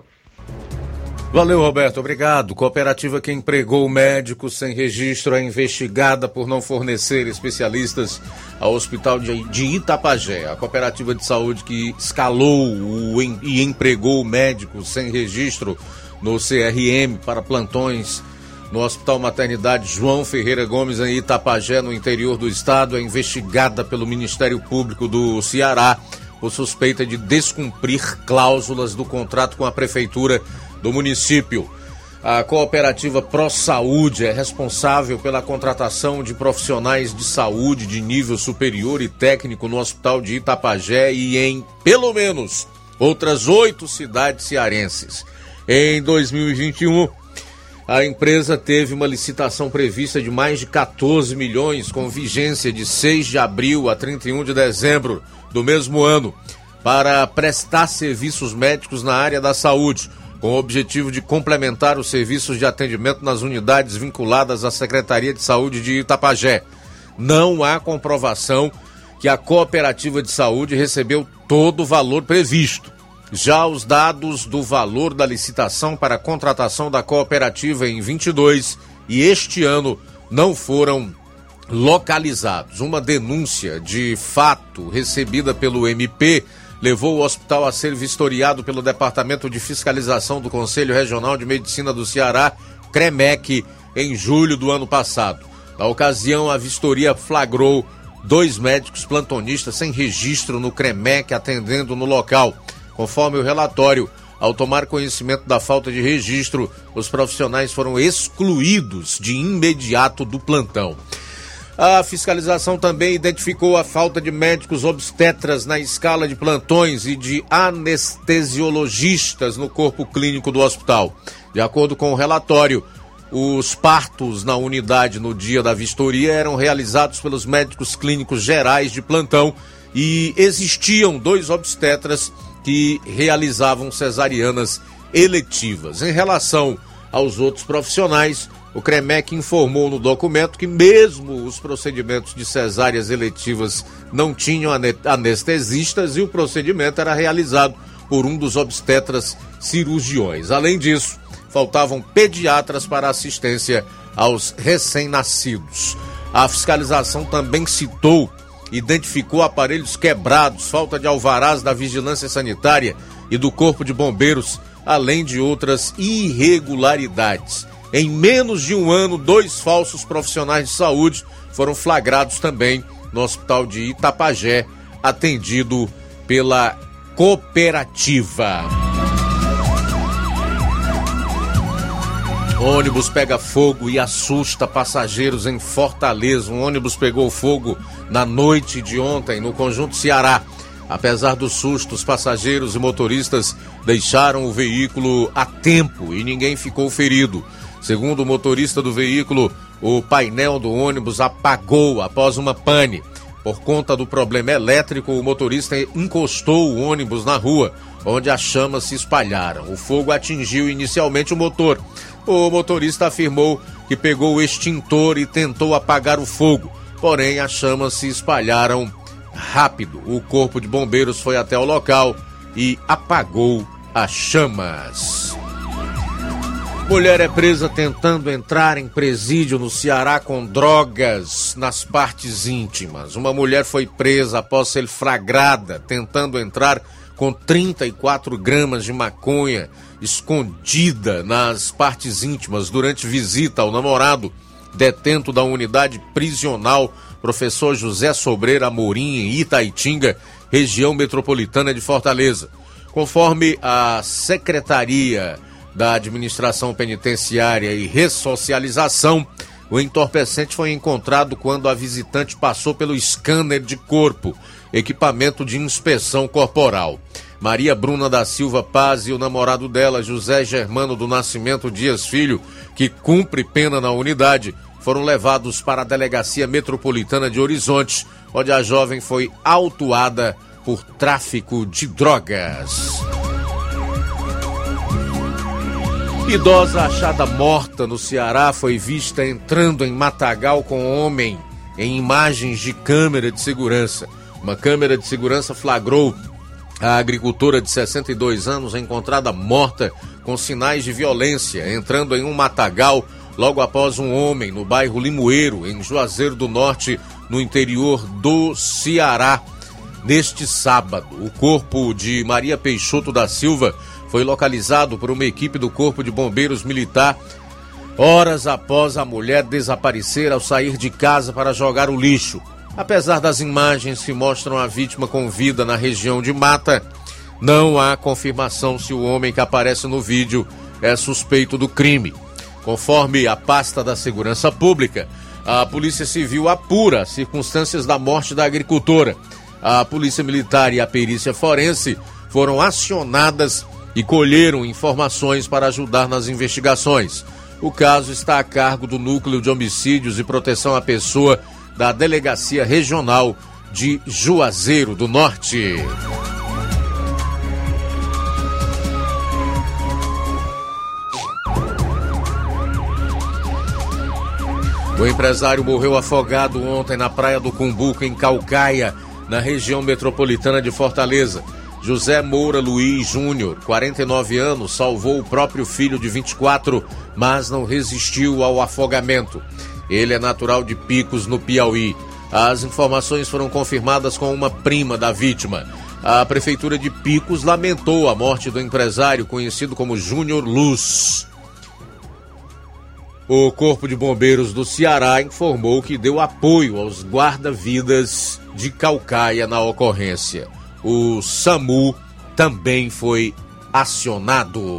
Valeu, Roberto, obrigado. Cooperativa que empregou médico sem registro é investigada por não fornecer especialistas ao Hospital de Itapajé. A cooperativa de saúde que escalou o em, e empregou médicos sem registro no C R M para plantões no Hospital Maternidade João Ferreira Gomes, em Itapajé, no interior do estado, é investigada pelo Ministério Público do Ceará por suspeita de descumprir cláusulas do contrato com a Prefeitura do município. A cooperativa ProSaúde é responsável pela contratação de profissionais de saúde de nível superior e técnico no Hospital de Itapajé e em, pelo menos, outras oito cidades cearenses. Em dois mil e vinte e um, a empresa teve uma licitação prevista de mais de catorze milhões, com vigência de seis de abril a trinta e um de dezembro do mesmo ano, para prestar serviços médicos na área da saúde, com o objetivo de complementar os serviços de atendimento nas unidades vinculadas à Secretaria de Saúde de Itapajé. Não há comprovação que a cooperativa de saúde recebeu todo o valor previsto. Já os dados do valor da licitação para a contratação da cooperativa em vinte e dois e este ano não foram localizados. Uma denúncia de fato recebida pelo M P levou o hospital a ser vistoriado pelo Departamento de Fiscalização do Conselho Regional de Medicina do Ceará, CREMEC, em julho do ano passado. Na ocasião, a vistoria flagrou dois médicos plantonistas sem registro no CREMEC atendendo no local. Conforme o relatório, ao tomar conhecimento da falta de registro, os profissionais foram excluídos de imediato do plantão. A fiscalização também identificou a falta de médicos obstetras na escala de plantões e de anestesiologistas no corpo clínico do hospital. De acordo com o relatório, os partos na unidade no dia da vistoria eram realizados pelos médicos clínicos gerais de plantão e existiam dois obstetras que realizavam cesarianas eletivas. Em relação aos outros profissionais, o CREMEC informou no documento que mesmo os procedimentos de cesáreas eletivas não tinham anestesistas e o procedimento era realizado por um dos obstetras cirurgiões. Além disso, faltavam pediatras para assistência aos recém-nascidos. A fiscalização também citou, identificou aparelhos quebrados, falta de alvarás da Vigilância Sanitária e do Corpo de Bombeiros, além de outras irregularidades. Em menos de um ano, dois falsos profissionais de saúde foram flagrados também no Hospital de Itapajé, atendido pela cooperativa. Ônibus pega fogo e assusta passageiros em Fortaleza. Um ônibus pegou fogo na noite de ontem no Conjunto Ceará. Apesar do susto, os passageiros e motoristas deixaram o veículo a tempo e ninguém ficou ferido. Segundo o motorista do veículo, o painel do ônibus apagou após uma pane. Por conta do problema elétrico, o motorista encostou o ônibus na rua, onde as chamas se espalharam. O fogo atingiu inicialmente o motor. O motorista afirmou que pegou o extintor e tentou apagar o fogo, porém as chamas se espalharam rápido. O corpo de bombeiros foi até o local e apagou as chamas. Mulher é presa tentando entrar em presídio no Ceará com drogas nas partes íntimas. Uma mulher foi presa após ser flagrada tentando entrar com trinta e quatro gramas de maconha escondida nas partes íntimas durante visita ao namorado, detento da unidade prisional Professor José Sobreira Amorim, em Itaitinga, região metropolitana de Fortaleza. Conforme a Secretaria da Administração Penitenciária e Ressocialização, o entorpecente foi encontrado quando a visitante passou pelo scanner de corpo, equipamento de inspeção corporal. Maria Bruna da Silva Paz e o namorado dela, José Germano do Nascimento Dias Filho, que cumpre pena na unidade, foram levados para a Delegacia Metropolitana de Horizonte, onde a jovem foi autuada por tráfico de drogas. Idosa achada morta no Ceará foi vista entrando em matagal com homem em imagens de câmera de segurança. Uma câmera de segurança flagrou a agricultora de sessenta e dois anos encontrada morta com sinais de violência, entrando em um matagal logo após um homem no bairro Limoeiro, em Juazeiro do Norte, no interior do Ceará, neste sábado. O corpo de Maria Peixoto da Silva foi localizado por uma equipe do Corpo de Bombeiros Militar horas após a mulher desaparecer ao sair de casa para jogar o lixo. Apesar das imagens que mostram a vítima com vida na região de mata, não há confirmação se o homem que aparece no vídeo é suspeito do crime. Conforme a pasta da Segurança Pública, a Polícia Civil apura as circunstâncias da morte da agricultora. A Polícia Militar e a Perícia Forense foram acionadas e colheram informações para ajudar nas investigações. O caso está a cargo do Núcleo de Homicídios e Proteção à Pessoa da Delegacia Regional de Juazeiro do Norte. O empresário morreu afogado ontem na Praia do Cumbuco, em Caucaia, na região metropolitana de Fortaleza. José Moura Luiz Júnior, quarenta e nove anos, salvou o próprio filho de vinte e quatro, mas não resistiu ao afogamento. Ele é natural de Picos, no Piauí. As informações foram confirmadas com uma prima da vítima. A Prefeitura de Picos lamentou a morte do empresário, conhecido como Júnior Luz. O Corpo de Bombeiros do Ceará informou que deu apoio aos guarda-vidas de Caucaia na ocorrência. O SAMU também foi acionado.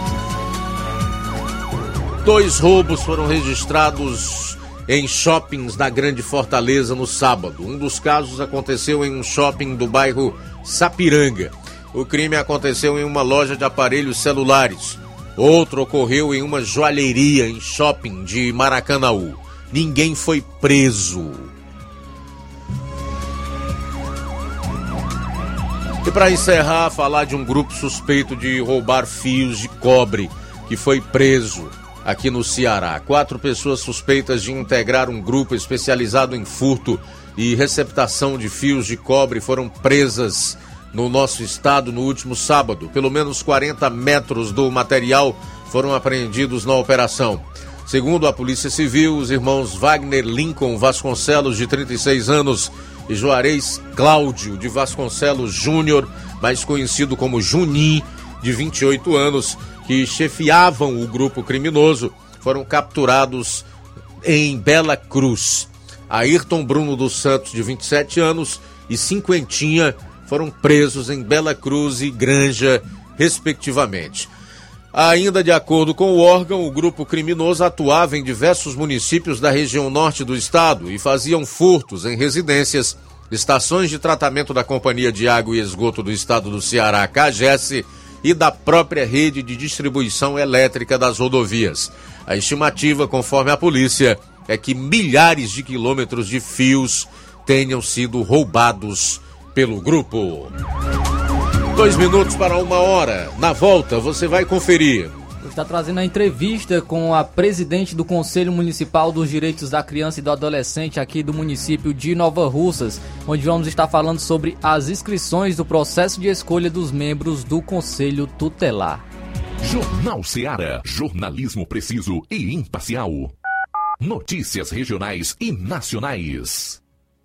Dois roubos foram registrados em shoppings da Grande Fortaleza no sábado. Um dos casos aconteceu em um shopping do bairro Sapiranga. O crime aconteceu em uma loja de aparelhos celulares. Outro ocorreu em uma joalheria em shopping de Maracanaú. Ninguém foi preso. E para encerrar, falar de um grupo suspeito de roubar fios de cobre que foi preso aqui no Ceará. Quatro pessoas suspeitas de integrar um grupo especializado em furto e receptação de fios de cobre foram presas no nosso estado no último sábado. Pelo menos quarenta metros do material foram apreendidos na operação. Segundo a Polícia Civil, os irmãos Wagner Lincoln Vasconcelos, de trinta e seis anos, e Juarez Cláudio de Vasconcelos Júnior, mais conhecido como Junim, de vinte e oito anos, que chefiavam o grupo criminoso, foram capturados em Bela Cruz. Ayrton Bruno dos Santos, de vinte e sete anos, e Cinquentinha foram presos em Bela Cruz e Granja, respectivamente. Ainda de acordo com o órgão, o grupo criminoso atuava em diversos municípios da região norte do estado e faziam furtos em residências estações de tratamento da Companhia de Água e Esgoto do Estado do Ceará, CAGES, e da própria rede de distribuição elétrica das rodovias. A estimativa, conforme a polícia, é que milhares de quilômetros de fios tenham sido roubados pelo grupo. Dois minutos para uma hora. Na volta, você vai conferir. Está trazendo a entrevista com a presidente do Conselho Municipal dos Direitos da Criança e do Adolescente aqui do município de Nova Russas, onde vamos estar falando sobre as inscrições do processo de escolha dos membros do Conselho Tutelar. Jornal Ceará, jornalismo preciso e imparcial. Notícias regionais e nacionais.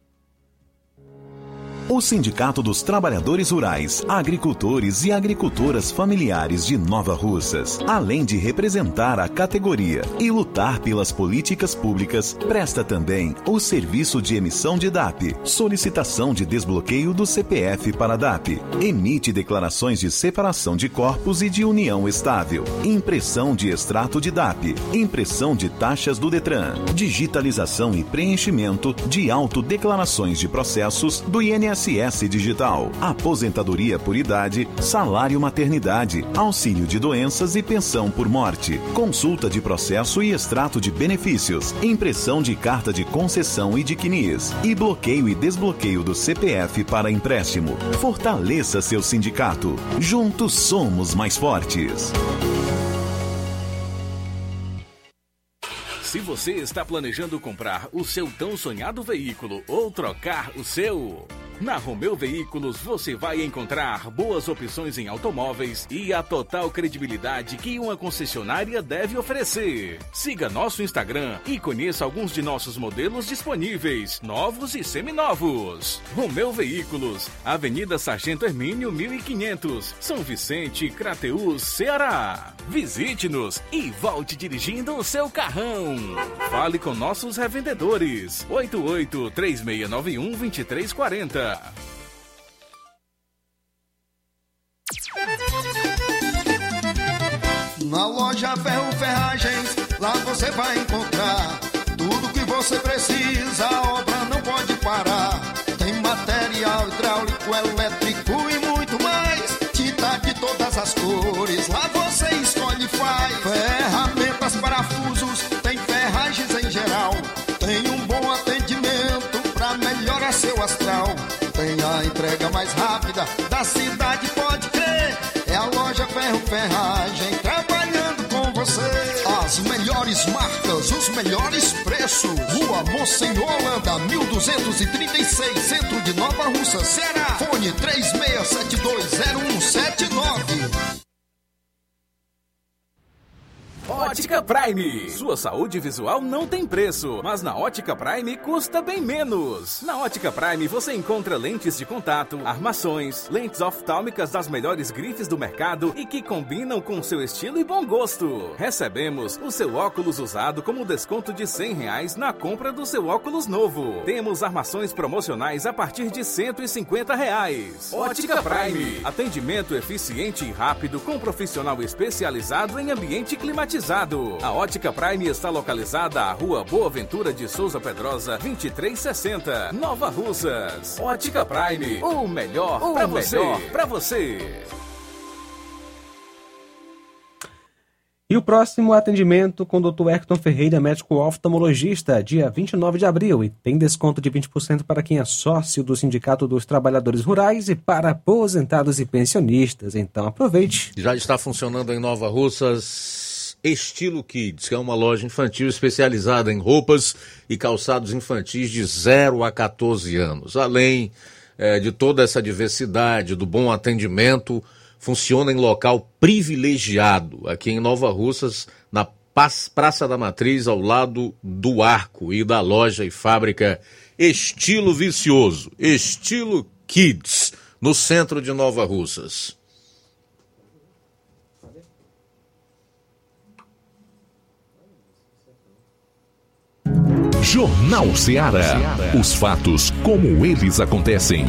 O Sindicato dos Trabalhadores Rurais, Agricultores e Agricultoras Familiares de Nova Russas, além de representar a categoria e lutar pelas políticas públicas, presta também o serviço de emissão de D A P, solicitação de desbloqueio do C P F para D A P, emite declarações de separação de corpos e de união estável, impressão de extrato de D A P, impressão de taxas do Detran, digitalização e preenchimento de autodeclarações de processos do I N S S Digital, aposentadoria por idade, salário maternidade, auxílio de doenças e pensão por morte, consulta de processo e extrato de benefícios, impressão de carta de concessão e de C N I S, e bloqueio e desbloqueio do C P F para empréstimo. Fortaleça seu sindicato. Juntos somos mais fortes. Se você está planejando comprar o seu tão sonhado veículo ou trocar o seu, na Romeu Veículos você vai encontrar boas opções em automóveis e a total credibilidade que uma concessionária deve oferecer. Siga nosso Instagram e conheça alguns de nossos modelos disponíveis, novos e seminovos. Romeu Veículos, Avenida Sargento Hermínio mil e quinhentos, São Vicente, Crateús, Ceará. Visite-nos e volte dirigindo o seu carrão. Fale com nossos revendedores. oito oito, três seis nove um, dois três quatro zero. Na loja Ferro Ferragens, lá você vai encontrar tudo que você precisa, a obra não pode parar. Tem material hidráulico, elétrico e muito mais, tinta de todas as cores, lá você escolhe e faz. Ferramentas, parafusos, tem ferragens em geral, tem um bom atendimento pra melhorar seu astral. Tem a entrega mais rápida da cidade, pode crer. É a loja Ferro Ferragem trabalhando com você. As melhores marcas, os melhores preços. Rua Monsenhor Holanda, mil duzentos e trinta e seis, centro de Nova Russa, Ceará. Fone três seis sete dois zero um sete nove. Ótica Prime. Sua saúde visual não tem preço, mas na Ótica Prime custa bem menos. Na Ótica Prime você encontra lentes de contato, armações, lentes oftálmicas das melhores grifes do mercado e que combinam com seu estilo e bom gosto. Recebemos o seu óculos usado como desconto de cem reais na compra do seu óculos novo. Temos armações promocionais a partir de cento e cinquenta reais. Ótica Prime. Atendimento eficiente e rápido com profissional especializado em ambiente climatizado. A Ótica Prime está localizada à Rua Boa Ventura de Souza Pedrosa, vinte e três sessenta, Nova Russas. Ótica Prime, o melhor para você. Pra você. E o próximo atendimento com o doutor Hector Ferreira, médico oftalmologista, dia vinte e nove de abril, e tem desconto de vinte por cento para quem é sócio do Sindicato dos Trabalhadores Rurais e para aposentados e pensionistas. Então aproveite. Já está funcionando em Nova Russas Estilo Kids, que é uma loja infantil especializada em roupas e calçados infantis de zero a quatorze anos. Além é, de toda essa diversidade, do bom atendimento, funciona em local privilegiado, aqui em Nova Russas, na Praça da Matriz, ao lado do Arco e da loja e fábrica Estilo Vicioso, Estilo Kids, no centro de Nova Russas. Jornal Ceará. Os fatos como eles acontecem.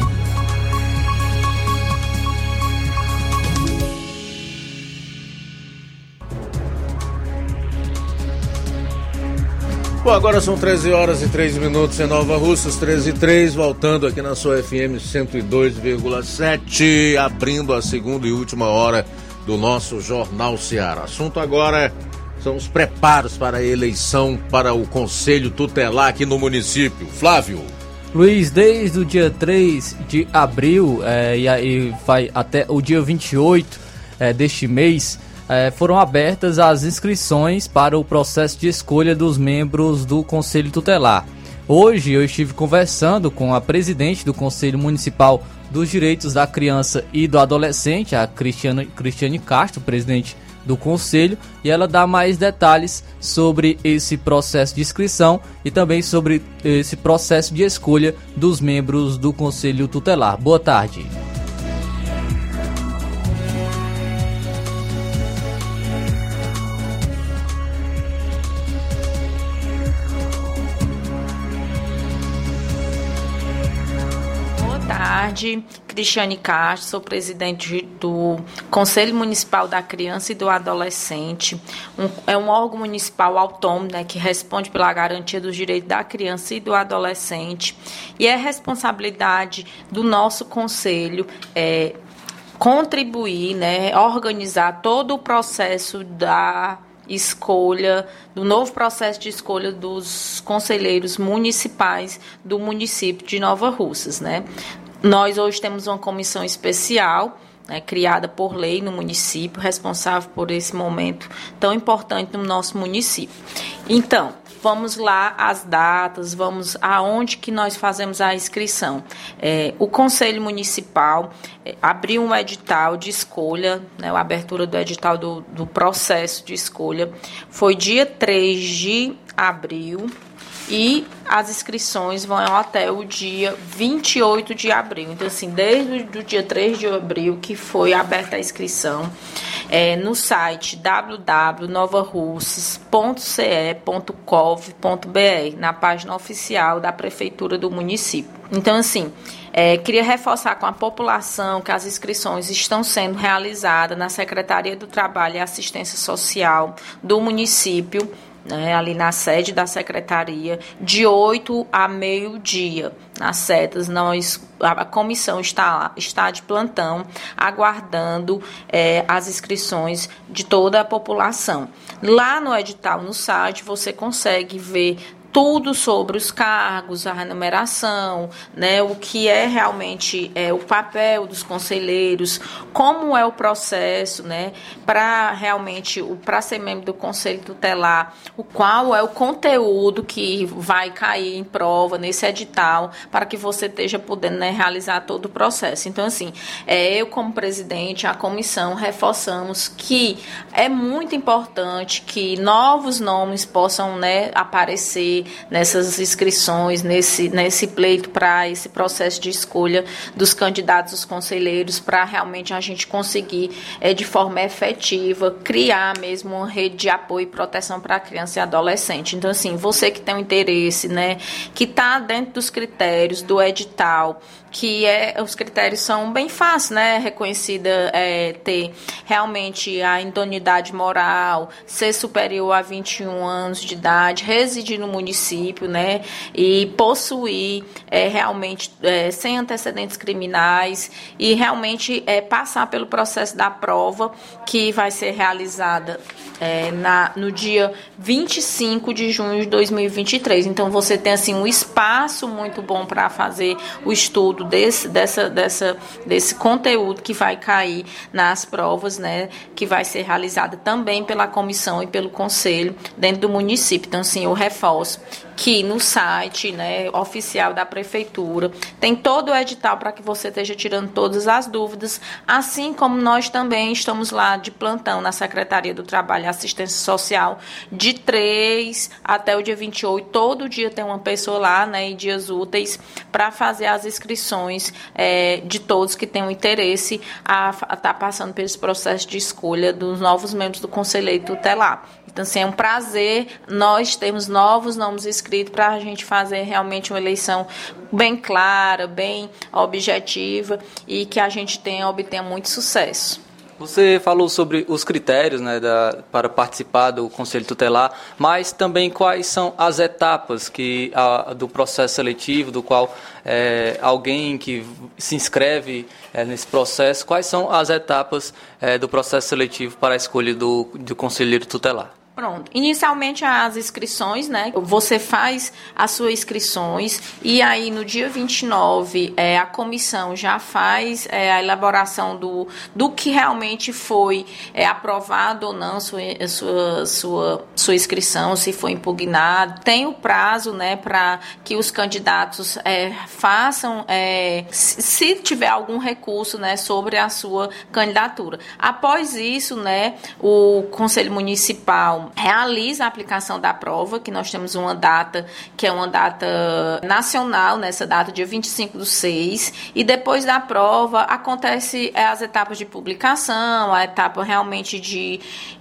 Bom, agora são treze horas e três minutos em Nova Russas, treze e três, voltando aqui na sua F M cento e dois vírgula sete, abrindo a segunda e última hora do nosso Jornal Ceará. Assunto agora são os preparos para a eleição para o Conselho Tutelar aqui no município. Flávio. Luiz, desde o dia três de abril é, e aí vai até o dia vinte e oito é, deste mês, É, foram abertas as inscrições para o processo de escolha dos membros do Conselho Tutelar. Hoje eu estive conversando com a presidente do Conselho Municipal dos Direitos da Criança e do Adolescente, a Cristiane, Cristiane Castro, presidente do Conselho, e ela dá mais detalhes sobre esse processo de inscrição e também sobre esse processo de escolha dos membros do Conselho Tutelar. Boa tarde. tarde, Cristiane Castro, sou presidente do Conselho Municipal da Criança e do Adolescente. Um, é um órgão municipal autônomo, né, que responde pela garantia dos direitos da criança e do adolescente. E é responsabilidade do nosso conselho é, contribuir, né, organizar todo o processo da escolha, do novo processo de escolha dos conselheiros municipais do município de Nova Russas, né? Nós hoje temos uma comissão especial, né, criada por lei no município, responsável por esse momento tão importante no nosso município. Então, vamos lá as datas, vamos aonde que nós fazemos a inscrição. É, o Conselho Municipal é, abriu um edital de escolha, né, a abertura do edital do, do processo de escolha foi dia três de abril e as inscrições vão até o dia vinte e oito de abril. Então, assim, desde o dia três de abril que foi aberta a inscrição, é, no site w w w ponto nova russas ponto c e ponto gov ponto b r, na página oficial da Prefeitura do município. Então, assim, é, queria reforçar com a população que as inscrições estão sendo realizadas na Secretaria do Trabalho e Assistência Social do município, né, ali na sede da secretaria, de oito a meio-dia. Nas setas, nós, a comissão está lá, está de plantão, aguardando é, as inscrições de toda a população. Lá no edital, no site, você consegue ver tudo sobre os cargos, a remuneração, né, o que é realmente é, o papel dos conselheiros, como é o processo, né, para realmente, para ser membro do Conselho Tutelar, o qual é o conteúdo que vai cair em prova nesse edital, para que você esteja podendo, né, realizar todo o processo. Então, assim, é, eu como presidente, a comissão, reforçamos que é muito importante que novos nomes possam, né, aparecer nessas inscrições, nesse, nesse pleito para esse processo de escolha dos candidatos, dos conselheiros, para realmente a gente conseguir, é, de forma efetiva, criar mesmo uma rede de apoio e proteção para a criança e adolescente. Então, assim, você que tem um interesse, né, que está dentro dos critérios do edital, que é, os critérios são bem fáceis, né, reconhecida, é, ter realmente a idoneidade moral, ser superior a vinte e um anos de idade, residir no município, né, e possuir é, realmente é, sem antecedentes criminais e realmente é, passar pelo processo da prova que vai ser realizada é, na, no dia vinte e cinco de junho de dois mil e vinte e três. Então, você tem assim um espaço muito bom para fazer o estudo Desse, dessa, dessa, desse conteúdo que vai cair nas provas, né, que vai ser realizada também pela comissão e pelo conselho dentro do município. Então, assim, eu reforço que no site, né, oficial da prefeitura tem todo o edital para que você esteja tirando todas as dúvidas, assim como nós também estamos lá de plantão na Secretaria do Trabalho e Assistência Social de três até o dia vinte e oito, todo dia tem uma pessoa lá, né, em dias úteis, para fazer as inscrições é, de todos que tenham interesse a estar passando pelo processo de escolha dos novos membros do Conselheiro Tutelar. Então, assim, é um prazer nós termos novos nomes inscritos para a gente fazer realmente uma eleição bem clara, bem objetiva e que a gente tenha, obtenha muito sucesso. Você falou sobre os critérios, né, da, para participar do Conselho Tutelar, mas também quais são as etapas que, a, do processo seletivo, do qual é, alguém que se inscreve é, nesse processo, quais são as etapas é, do processo seletivo para a escolha do, do Conselheiro Tutelar? Pronto. Inicialmente as inscrições, né? Você faz as suas inscrições e aí no dia vinte e nove é, a comissão já faz é, a elaboração do, do que realmente foi é, aprovado ou não sua, sua, sua, sua inscrição, se foi impugnado. Tem o prazo, né, para que os candidatos é, façam, é, se tiver algum recurso, né, sobre a sua candidatura. Após isso, né, o Conselho Municipal realiza a aplicação da prova, que nós temos uma data, que é uma data nacional, nessa data, dia vinte e cinco do seis, e depois da prova acontece as etapas de publicação, a etapa realmente de,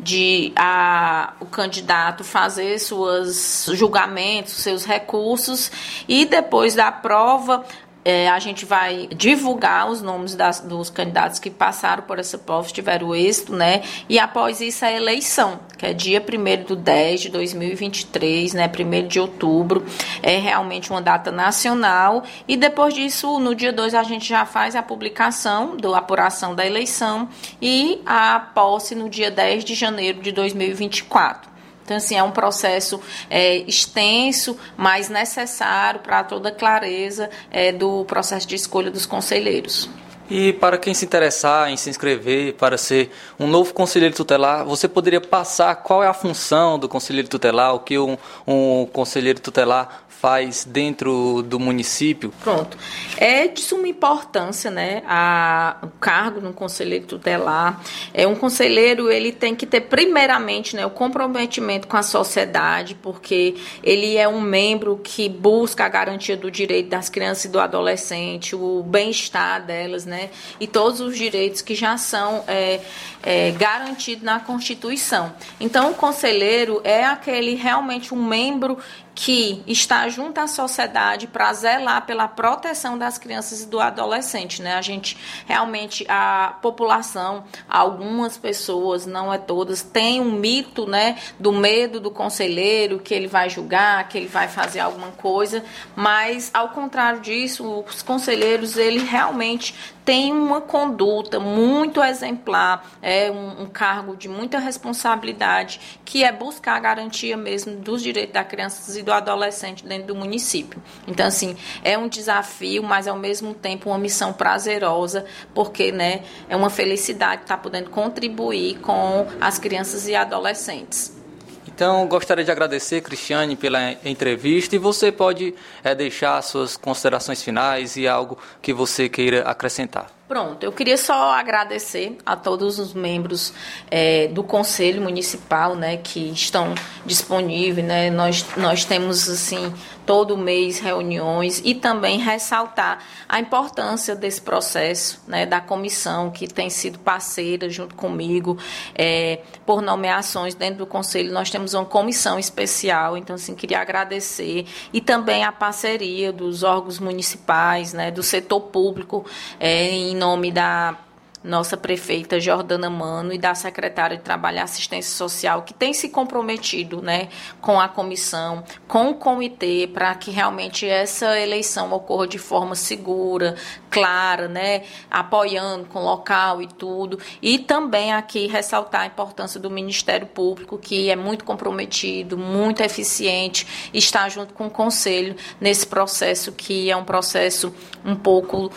de a, o candidato fazer seus julgamentos, seus recursos, e depois da prova, É, a gente vai divulgar os nomes das, dos candidatos que passaram por essa prova, tiveram êxito, né? E após isso a eleição, que é dia primeiro do dez de dois mil e vinte e três, né? primeiro de outubro, é realmente uma data nacional. E depois disso, no dia dois, a gente já faz a publicação da apuração da eleição e a posse no dia dez de janeiro de dois mil e vinte e quatro. Então, assim, é um processo é, extenso, mas necessário para toda a clareza é, do processo de escolha dos conselheiros. E para quem se interessar em se inscrever para ser um novo conselheiro tutelar, você poderia passar qual é a função do conselheiro tutelar, o que um, um conselheiro tutelar faz dentro do município? Pronto. É de suma importância, né, a, o cargo no conselheiro tutelar. É, um conselheiro, ele tem que ter primeiramente, né, o comprometimento com a sociedade, porque ele é um membro que busca a garantia do direito das crianças e do adolescente, o bem-estar delas, né, e todos os direitos que já são é, é, garantidos na Constituição. Então, o conselheiro é aquele realmente um membro que está junto à sociedade para zelar pela proteção das crianças e do adolescente, né? A gente, realmente, a população, algumas pessoas, não é todas, tem um mito, né, do medo do conselheiro, que ele vai julgar, que ele vai fazer alguma coisa, mas, ao contrário disso, os conselheiros, ele realmente tem uma conduta muito exemplar, é um, um cargo de muita responsabilidade, que é buscar a garantia mesmo dos direitos das crianças e do adolescente dentro do município. Então, assim, é um desafio, mas ao mesmo tempo uma missão prazerosa, porque, né, é uma felicidade estar podendo contribuir com as crianças e adolescentes. Então, gostaria de agradecer, Cristiane, pela entrevista, e você pode é, deixar suas considerações finais e algo que você queira acrescentar. Pronto, eu queria só agradecer a todos os membros é, do Conselho Municipal, né, que estão disponíveis, né, nós, nós temos, assim, todo mês reuniões, e também ressaltar a importância desse processo, né, da comissão, que tem sido parceira junto comigo, é, por nomeações dentro do Conselho. Nós temos uma comissão especial, então, assim, queria agradecer, e também a parceria dos órgãos municipais, né, do setor público, é, em nome da nossa prefeita Jordana Mano e da secretária de Trabalho e Assistência Social, que tem se comprometido, né, com a comissão, com o comitê, para que realmente essa eleição ocorra de forma segura, clara, né, apoiando com local e tudo. E também aqui ressaltar a importância do Ministério Público, que é muito comprometido, muito eficiente, e está junto com o Conselho nesse processo, que é um processo um pouco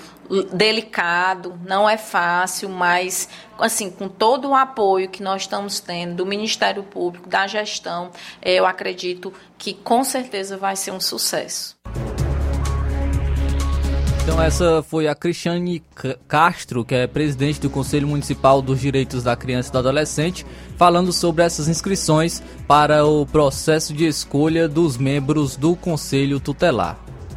delicado, não é fácil, mas, assim, com todo o apoio que nós estamos tendo do Ministério Público, da gestão, eu acredito que com certeza vai ser um sucesso. Então essa foi a Cristiane Castro, que é presidente do Conselho Municipal dos Direitos da Criança e do Adolescente, falando sobre essas inscrições para o processo de escolha dos membros do Conselho Tutelar.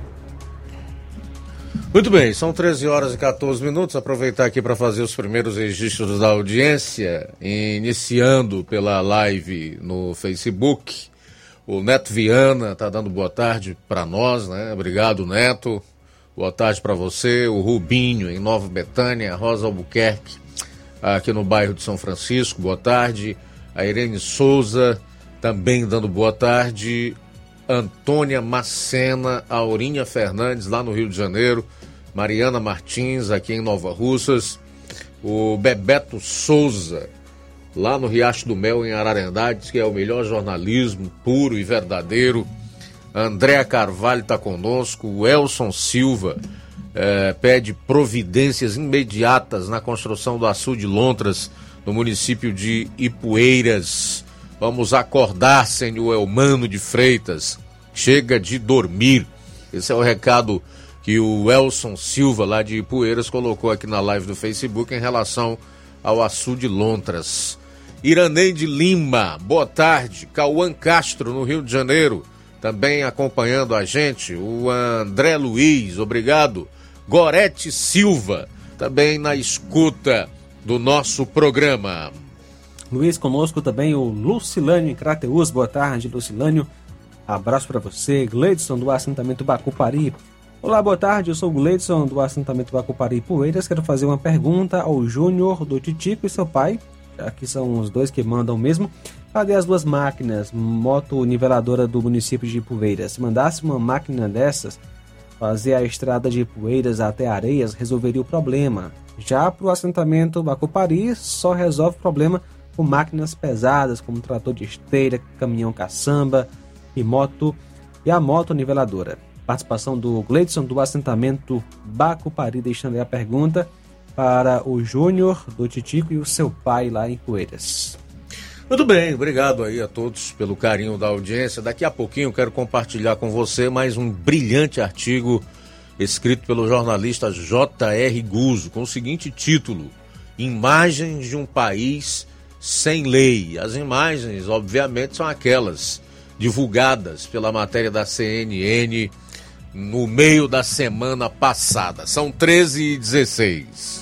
Muito bem, são treze horas e quatorze minutos, aproveitar aqui para fazer os primeiros registros da audiência, iniciando pela live no Facebook. O Neto Viana está dando boa tarde para nós, né? Obrigado, Neto. Boa tarde para você. O Rubinho, em Nova Betânia, Rosa Albuquerque. aqui no bairro de São Francisco, boa tarde. A Irene Souza também dando boa tarde. Antônia Macena, Aurinha Fernandes, lá no Rio de Janeiro. Mariana Martins, aqui em Nova Russas. O Bebeto Souza, lá no Riacho do Mel, em Ararendá, diz que é o melhor jornalismo, puro e verdadeiro. Andréa Carvalho está conosco. O Elson Silva eh, pede providências imediatas na construção do açude Lontras, no município de Ipueiras. Vamos acordar, senhor Elmano de Freitas. Chega de dormir. Esse é o recado que o Elson Silva, lá de Ipueiras, colocou aqui na live do Facebook em relação ao açude Lontras. Iraneide Lima, boa tarde. Cauã Castro, no Rio de Janeiro, também acompanhando a gente. O André Luiz, obrigado. Gorete Silva, também na escuta do nosso programa. Luiz, conosco também o Lucilânio em Crateús. Boa tarde, Lucilânio. Abraço para você. Gleidson, do assentamento Bacupari. Olá, boa tarde. Eu sou o Gleidson, do assentamento Bacupari Poeiras. Quero fazer uma pergunta ao Júnior do Titico e seu pai. Aqui são os dois que mandam mesmo. Cadê as duas máquinas moto niveladora do município de Ipueiras? Se mandasse uma máquina dessas fazer a estrada de Ipueiras até Areias, resolveria o problema. Já para o assentamento Bacupari, só resolve o problema com máquinas pesadas, como trator de esteira, caminhão caçamba e moto e a moto niveladora. Participação do Gleidson do assentamento Bacupari, deixando aí a pergunta para o Júnior do Titico e o seu pai lá em Poeiras. Muito bem, obrigado aí a todos pelo carinho da audiência. Daqui a pouquinho eu quero compartilhar com você mais um brilhante artigo escrito pelo jornalista J R Guzzo, com o seguinte título: Imagens de um país sem lei. As imagens, obviamente, são aquelas divulgadas pela matéria da C N N no meio da semana passada. São treze e dezesseis.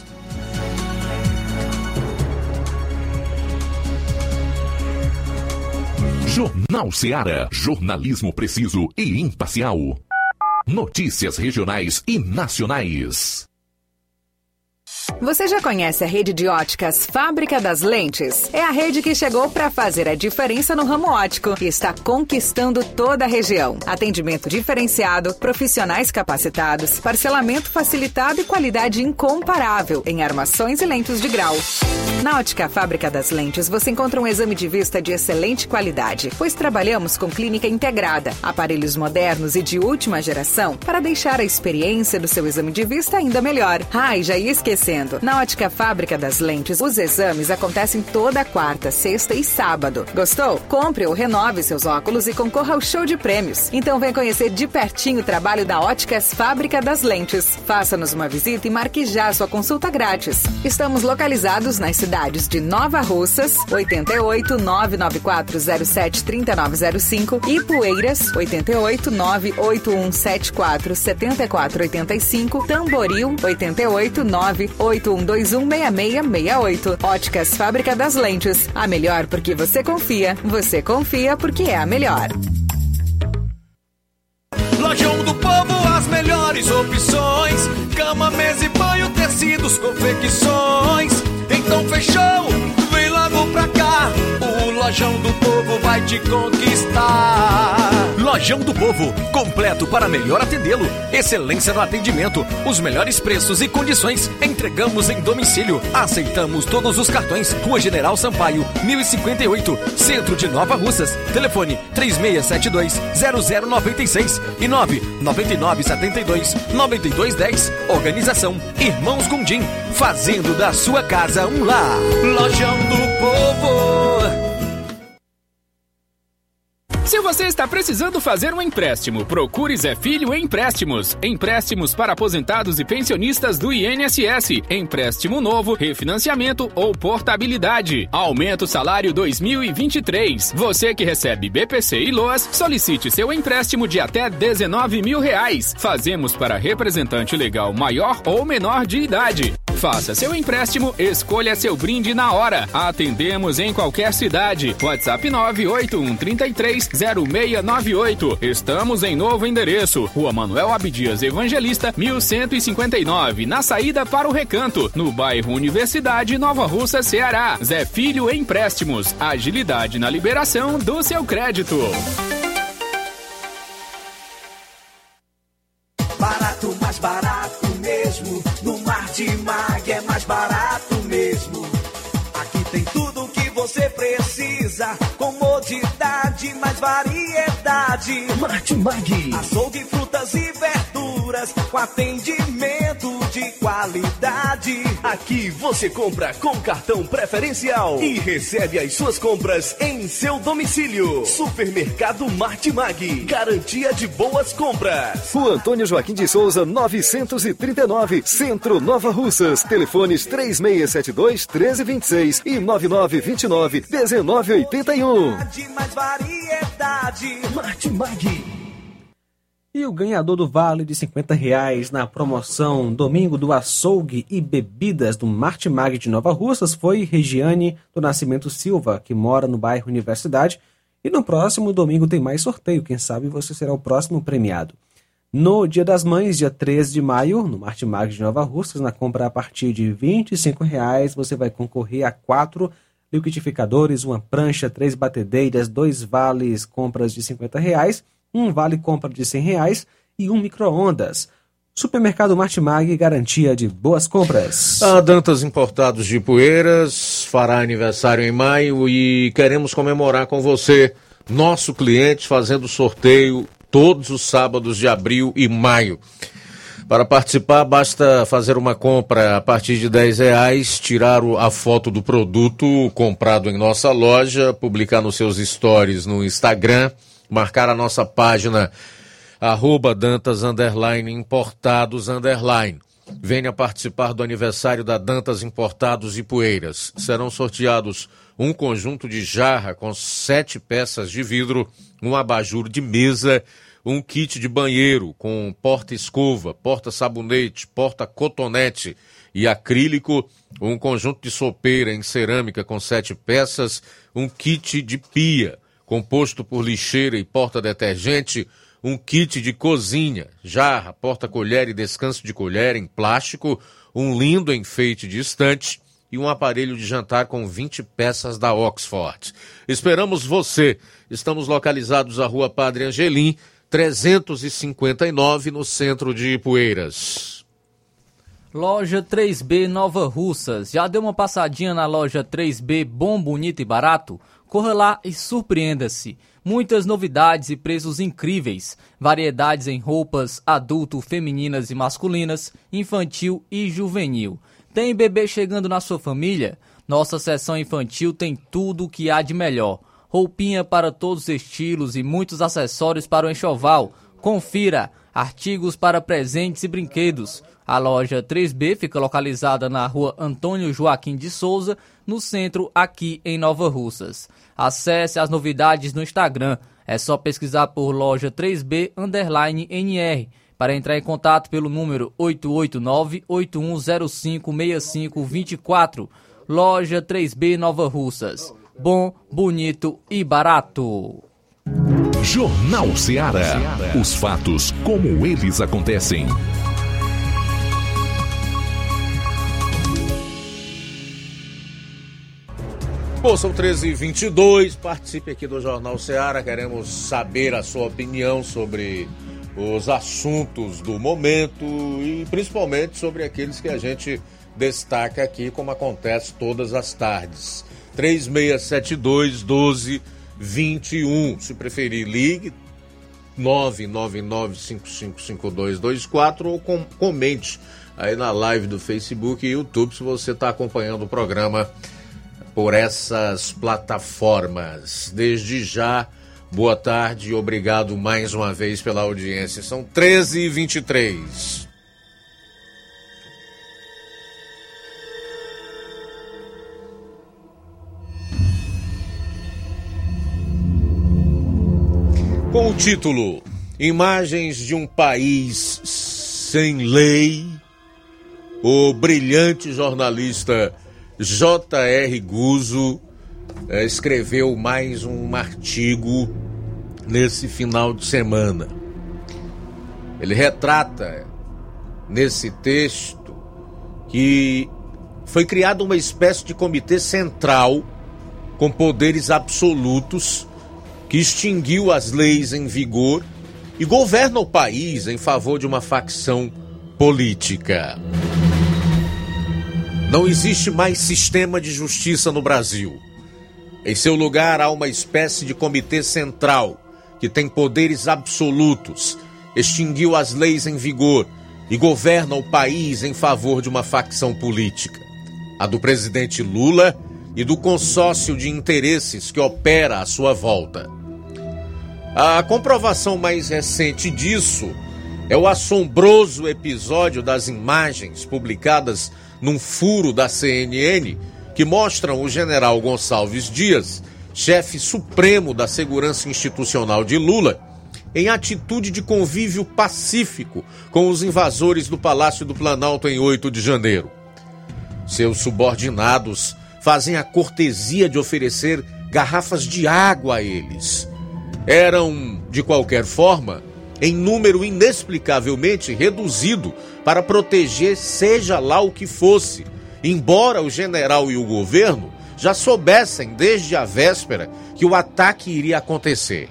Jornal Ceará, jornalismo preciso e imparcial. Notícias regionais e nacionais. Você já conhece a rede de óticas Fábrica das Lentes? É a rede que chegou para fazer a diferença no ramo óptico e está conquistando toda a região. Atendimento diferenciado, profissionais capacitados, parcelamento facilitado e qualidade incomparável em armações e lentes de grau. Na Ótica Fábrica das Lentes, você encontra um exame de vista de excelente qualidade, pois trabalhamos com clínica integrada, aparelhos modernos e de última geração para deixar a experiência do seu exame de vista ainda melhor. Ah, e já ia esquecendo. Na Ótica Fábrica das Lentes, os exames acontecem toda quarta, sexta e sábado. Gostou? Compre ou renove seus óculos e concorra ao show de prêmios. Então vem conhecer de pertinho o trabalho da Óticas Fábrica das Lentes. Faça-nos uma visita e marque já sua consulta grátis. Estamos localizados nas cidades de Nova Russas, oito oito, nove nove quatro zero sete, três nove zero cinco, e Ipueiras, oito oito, nove oito um sete quatro, sete quatro oito cinco, Tamboril, oito oito, nove oito um dois um, seis seis seis oito. Óticas Fábrica das Lentes. A melhor porque você confia. Você confia porque é a melhor. Lojão do Povo, as melhores opções: cama, mesa e banho, tecidos, confecções. Então fechou, vem logo pra cá. O Lojão do Povo vai te conquistar. Lojão do Povo, completo para melhor atendê-lo. Excelência no atendimento, os melhores preços e condições. Entregamos em domicílio. Aceitamos todos os cartões. Rua General Sampaio, mil e cinquenta e oito, Centro de Nova Russas. Telefone três seis sete dois, zero zero nove seis e nove nove nove sete dois, nove dois um zero. Organização Irmãos Gondim, fazendo da sua casa um lar. Lojão do Povo. Se você está precisando fazer um empréstimo, procure Zé Filho Empréstimos. Empréstimos para aposentados e pensionistas do I N S S. Empréstimo novo, refinanciamento ou portabilidade. Aumento salário dois mil e vinte e três. Você que recebe B P C e LOAS, solicite seu empréstimo de até dezenove mil reais. Fazemos para representante legal maior ou menor de idade. Faça seu empréstimo, escolha seu brinde na hora. Atendemos em qualquer cidade. WhatsApp nove oito um três três zero seis nove oito. Estamos em novo endereço. Rua Manuel Abdias Evangelista, mil cento e cinquenta e nove, na saída para o Recanto, no bairro Universidade, Nova Russa, Ceará. Zé Filho Empréstimos. Agilidade na liberação do seu crédito. Barato, mais barato mesmo. No Martimag é mais barato mesmo. Aqui tem tudo o que você precisa. Comodidade, mais variedade. Martimag. Açougue, frutas e verduras com atendimento de qualidade. Aqui você compra com cartão preferencial e recebe as suas compras em seu domicílio. Supermercado Martimag. Garantia de boas compras. Rua Antônio Joaquim de Souza, novecentos e trinta e nove, Centro, Nova Russas. Telefones três seis sete dois, um três dois seis e nove nove dois nove, um nove oito um. Mais variedade. Martimag. E o ganhador do vale de cinquenta reais na promoção Domingo do Açougue e Bebidas do Martimag de Nova Russas foi Regiane do Nascimento Silva, que mora no bairro Universidade. E no próximo domingo tem mais sorteio, quem sabe você será o próximo premiado. No Dia das Mães, dia treze de maio, no Martimag de Nova Russas, na compra a partir de vinte e cinco reais, você vai concorrer a quatro liquidificadores, uma prancha, três batedeiras, dois vales compras de cinquenta reais, um vale compra de cem reais e um micro-ondas. Supermercado Martimag, garantia de boas compras. A Dantas Importados de Ipueiras fará aniversário em maio e queremos comemorar com você, nosso cliente, fazendo sorteio todos os sábados de abril e maio. Para participar, basta fazer uma compra a partir de dez reais, tirar a foto do produto comprado em nossa loja, publicar nos seus stories no Instagram, marcar a nossa página arroba Dantas underline Importados underline. Venha participar do aniversário da Dantas Importados Ipueiras. Serão sorteados um conjunto de jarra com sete peças de vidro, um abajur de mesa, um kit de banheiro com porta-escova, porta-sabonete, porta-cotonete e acrílico, um conjunto de sopeira em cerâmica com sete peças, um kit de pia, composto por lixeira e porta-detergente, um kit de cozinha, jarra, porta-colher e descanso de colher em plástico, um lindo enfeite de estante e um aparelho de jantar com vinte peças da Oxford. Esperamos você. Estamos localizados à Rua Padre Angelim, trezentos e cinquenta e nove, no centro de Ipueiras. Loja três B Nova Russas. Já deu uma passadinha na loja três B Bom, Bonito e Barato? Corra lá e surpreenda-se. Muitas novidades e preços incríveis. Variedades em roupas adulto, femininas e masculinas, infantil e juvenil. Tem bebê chegando na sua família? Nossa seção infantil tem tudo o que há de melhor. Roupinha para todos os estilos e muitos acessórios para o enxoval. Confira! Artigos para presentes e brinquedos. A loja três B fica localizada na Rua Antônio Joaquim de Souza, no centro, aqui em Nova Russas. Acesse as novidades no Instagram. É só pesquisar por loja três B underline N R. Para entrar em contato pelo número oito oito nove, oito um zero cinco, seis cinco dois quatro. Loja três B Nova Russas. Bom, bonito e barato. Jornal Ceará. Os fatos como eles acontecem. Bom, são treze e vinte e dois, participe aqui do Jornal Ceará, queremos saber a sua opinião sobre os assuntos do momento e principalmente sobre aqueles que a gente destaca aqui, como acontece todas as tardes. três seis sete dois, um dois dois um, se preferir ligue nove nove nove cinco cinco cinco dois dois quatro ou com, comente aí na live do Facebook e YouTube se você está acompanhando o programa por essas plataformas. Desde já, boa tarde e obrigado mais uma vez pela audiência. São treze e vinte e três. Com o título Imagens de um país sem lei, o brilhante jornalista J R Guzzo é, escreveu mais um artigo nesse final de semana. Ele retrata nesse texto que foi criada uma espécie de comitê central com poderes absolutos que extinguiu as leis em vigor e governa o país em favor de uma facção política. Não existe mais sistema de justiça no Brasil. Em seu lugar há uma espécie de comitê central que tem poderes absolutos, extinguiu as leis em vigor e governa o país em favor de uma facção política, a do presidente Lula e do consórcio de interesses que opera à sua volta. A comprovação mais recente disso é o assombroso episódio das imagens publicadas num furo da C N N que mostram o general Gonçalves Dias, chefe supremo da segurança institucional de Lula, em atitude de convívio pacífico com os invasores do Palácio do Planalto em oito de janeiro. Seus subordinados fazem a cortesia de oferecer garrafas de água a eles. Eram, de qualquer forma, em número inexplicavelmente reduzido para proteger seja lá o que fosse, embora o general e o governo já soubessem desde a véspera que o ataque iria acontecer.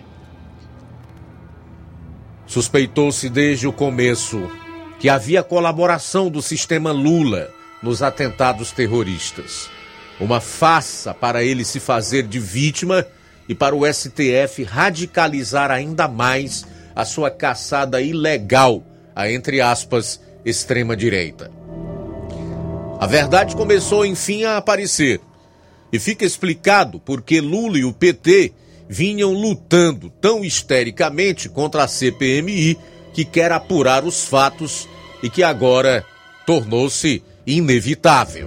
Suspeitou-se desde o começo que havia colaboração do sistema Lula nos atentados terroristas. Uma farsa para ele se fazer de vítima e para o S T F radicalizar ainda mais a sua caçada ilegal a, entre aspas, extrema-direita. A verdade começou, enfim, a aparecer. E fica explicado porque Lula e o P T vinham lutando tão histericamente contra a C P M I que quer apurar os fatos e que agora tornou-se inevitável.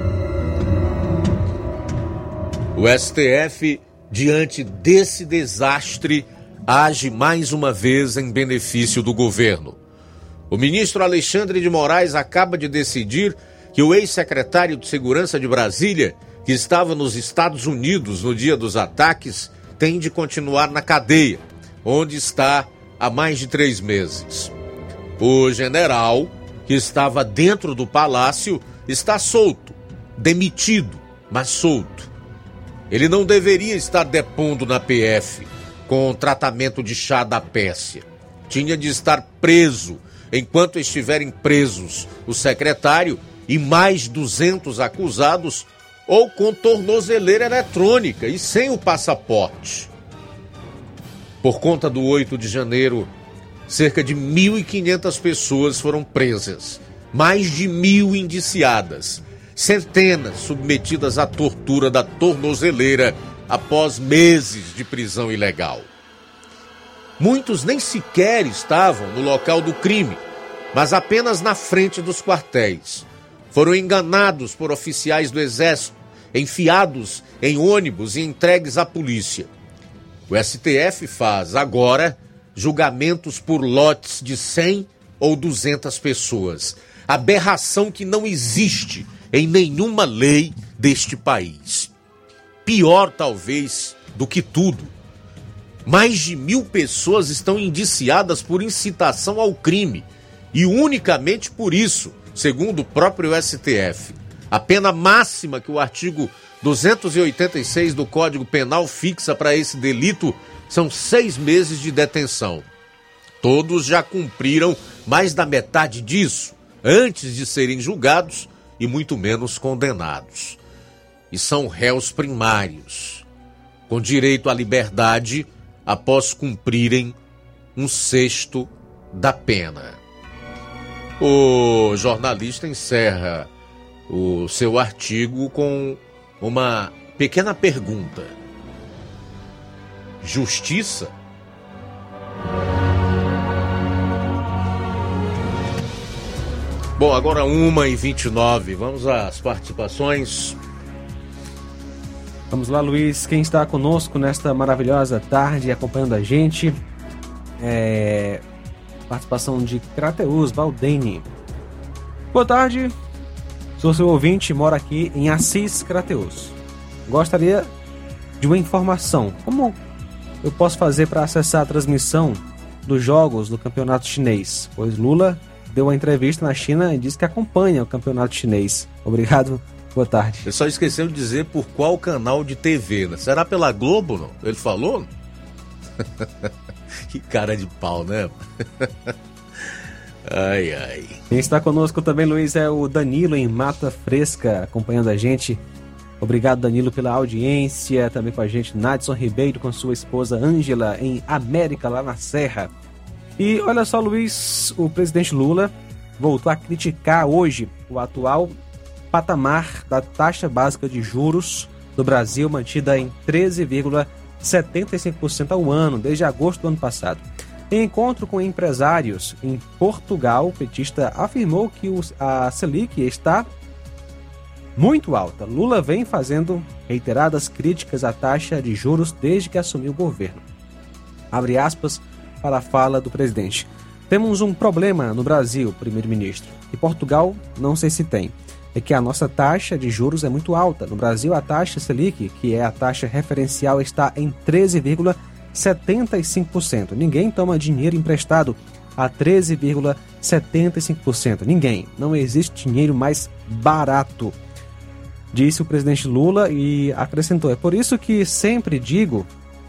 O S T F, diante desse desastre, age mais uma vez em benefício do governo. O ministro Alexandre de Moraes acaba de decidir que o ex-secretário de Segurança de Brasília, que estava nos Estados Unidos no dia dos ataques, tem de continuar na cadeia, onde está há mais de três meses. O general, que estava dentro do palácio, está solto, demitido, mas solto. Ele não deveria estar depondo na P F com tratamento de chá da Pérsia. Tinha de estar preso enquanto estiverem presos o secretário e mais duzentos acusados, ou com tornozeleira eletrônica e sem o passaporte. Por conta do oito de janeiro, cerca de mil e quinhentas pessoas foram presas, mais de mil indiciadas, centenas submetidas à tortura da tornozeleira após meses de prisão ilegal. Muitos nem sequer estavam no local do crime, mas apenas na frente dos quartéis. Foram enganados por oficiais do Exército, enfiados em ônibus e entregues à polícia. O S T F faz agora julgamentos por lotes de cem ou duzentas pessoas. Aberração que não existe em nenhuma lei deste país. Pior, talvez, do que tudo, mais de mil pessoas estão indiciadas por incitação ao crime e unicamente por isso, segundo o próprio S T F. A pena máxima que o artigo duzentos e oitenta e seis do Código Penal fixa para esse delito são seis meses de detenção. Todos já cumpriram mais da metade disso antes de serem julgados e muito menos condenados. E são réus primários, com direito à liberdade após cumprirem um sexto da pena. O jornalista encerra o seu artigo com uma pequena pergunta: justiça? Bom, agora uma e vinte e nove, vamos às participações. Vamos lá, Luiz, quem está conosco nesta maravilhosa tarde acompanhando a gente é participação de Crateus Valdene. Boa tarde, Se o seu ouvinte mora aqui em Assis Crateus, gostaria de uma informação. Como eu posso fazer para acessar a transmissão dos jogos do campeonato chinês? Pois Lula deu uma entrevista na China e disse que acompanha o campeonato chinês. Obrigado, boa tarde. Ele só esqueceu de dizer por qual canal de T V, né? Será pela Globo, não? Ele falou? Que cara de pau, né? Ai, ai. Quem está conosco também, Luiz, é o Danilo em Mata Fresca, acompanhando a gente. Obrigado, Danilo, pela audiência. Também com a gente, Nadson Ribeiro com sua esposa Ângela em América, lá na Serra. E olha só, Luiz, o presidente Lula voltou a criticar hoje o atual patamar da taxa básica de juros do Brasil, mantida em treze vírgula setenta e cinco por cento ao ano, desde agosto do ano passado. Em encontro com empresários em Portugal, o petista afirmou que a Selic está muito alta. Lula vem fazendo reiteradas críticas à taxa de juros desde que assumiu o governo. Abre aspas para a fala do presidente. Temos um problema no Brasil, primeiro-ministro, e Portugal não sei se tem. É que a nossa taxa de juros é muito alta. No Brasil, a taxa Selic, que é a taxa referencial, está em treze vírgula setenta e cinco por cento. Ninguém toma dinheiro emprestado a treze vírgula setenta e cinco por cento. Ninguém. Não existe dinheiro mais barato, disse o presidente Lula e acrescentou. É por isso que sempre digo,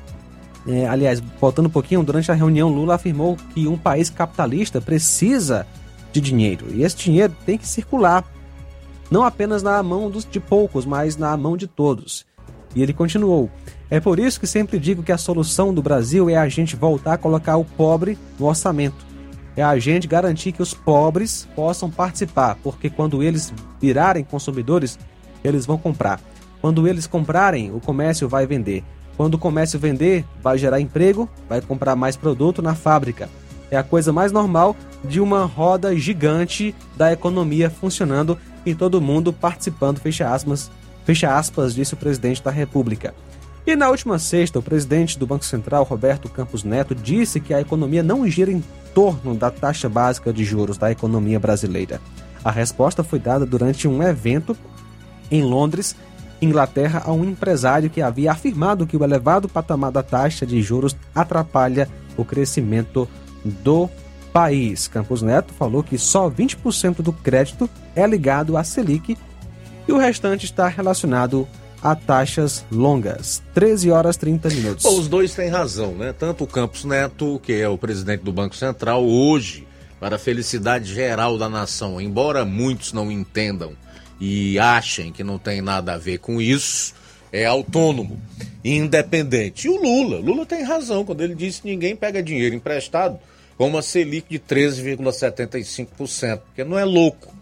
é, aliás, voltando um pouquinho, durante a reunião Lula afirmou que um país capitalista precisa de dinheiro. E esse dinheiro tem que circular, não apenas na mão dos, de poucos, mas na mão de todos. E ele continuou. É por isso que sempre digo que a solução do Brasil é a gente voltar a colocar o pobre no orçamento. É a gente garantir que os pobres possam participar, porque quando eles virarem consumidores, eles vão comprar. Quando eles comprarem, o comércio vai vender. Quando o comércio vender, vai gerar emprego, vai comprar mais produto na fábrica. É a coisa mais normal de uma roda gigante da economia funcionando e todo mundo participando, fecha aspas, fecha aspas, disse o presidente da República. E na última sexta, o presidente do Banco Central, Roberto Campos Neto, disse que a economia não gira em torno da taxa básica de juros da economia brasileira. A resposta foi dada durante um evento em Londres, Inglaterra, a um empresário que havia afirmado que o elevado patamar da taxa de juros atrapalha o crescimento do país. Campos Neto falou que só vinte por cento do crédito é ligado à Selic e o restante está relacionado a taxas longas. treze horas e trinta minutos. Bom, os dois têm razão, né? Tanto o Campos Neto, que é o presidente do Banco Central, hoje, para a felicidade geral da nação, embora muitos não entendam e achem que não tem nada a ver com isso, é autônomo e independente. E o Lula, Lula tem razão quando ele disse que ninguém pega dinheiro emprestado com uma Selic de treze vírgula setenta e cinco por cento, porque não é louco.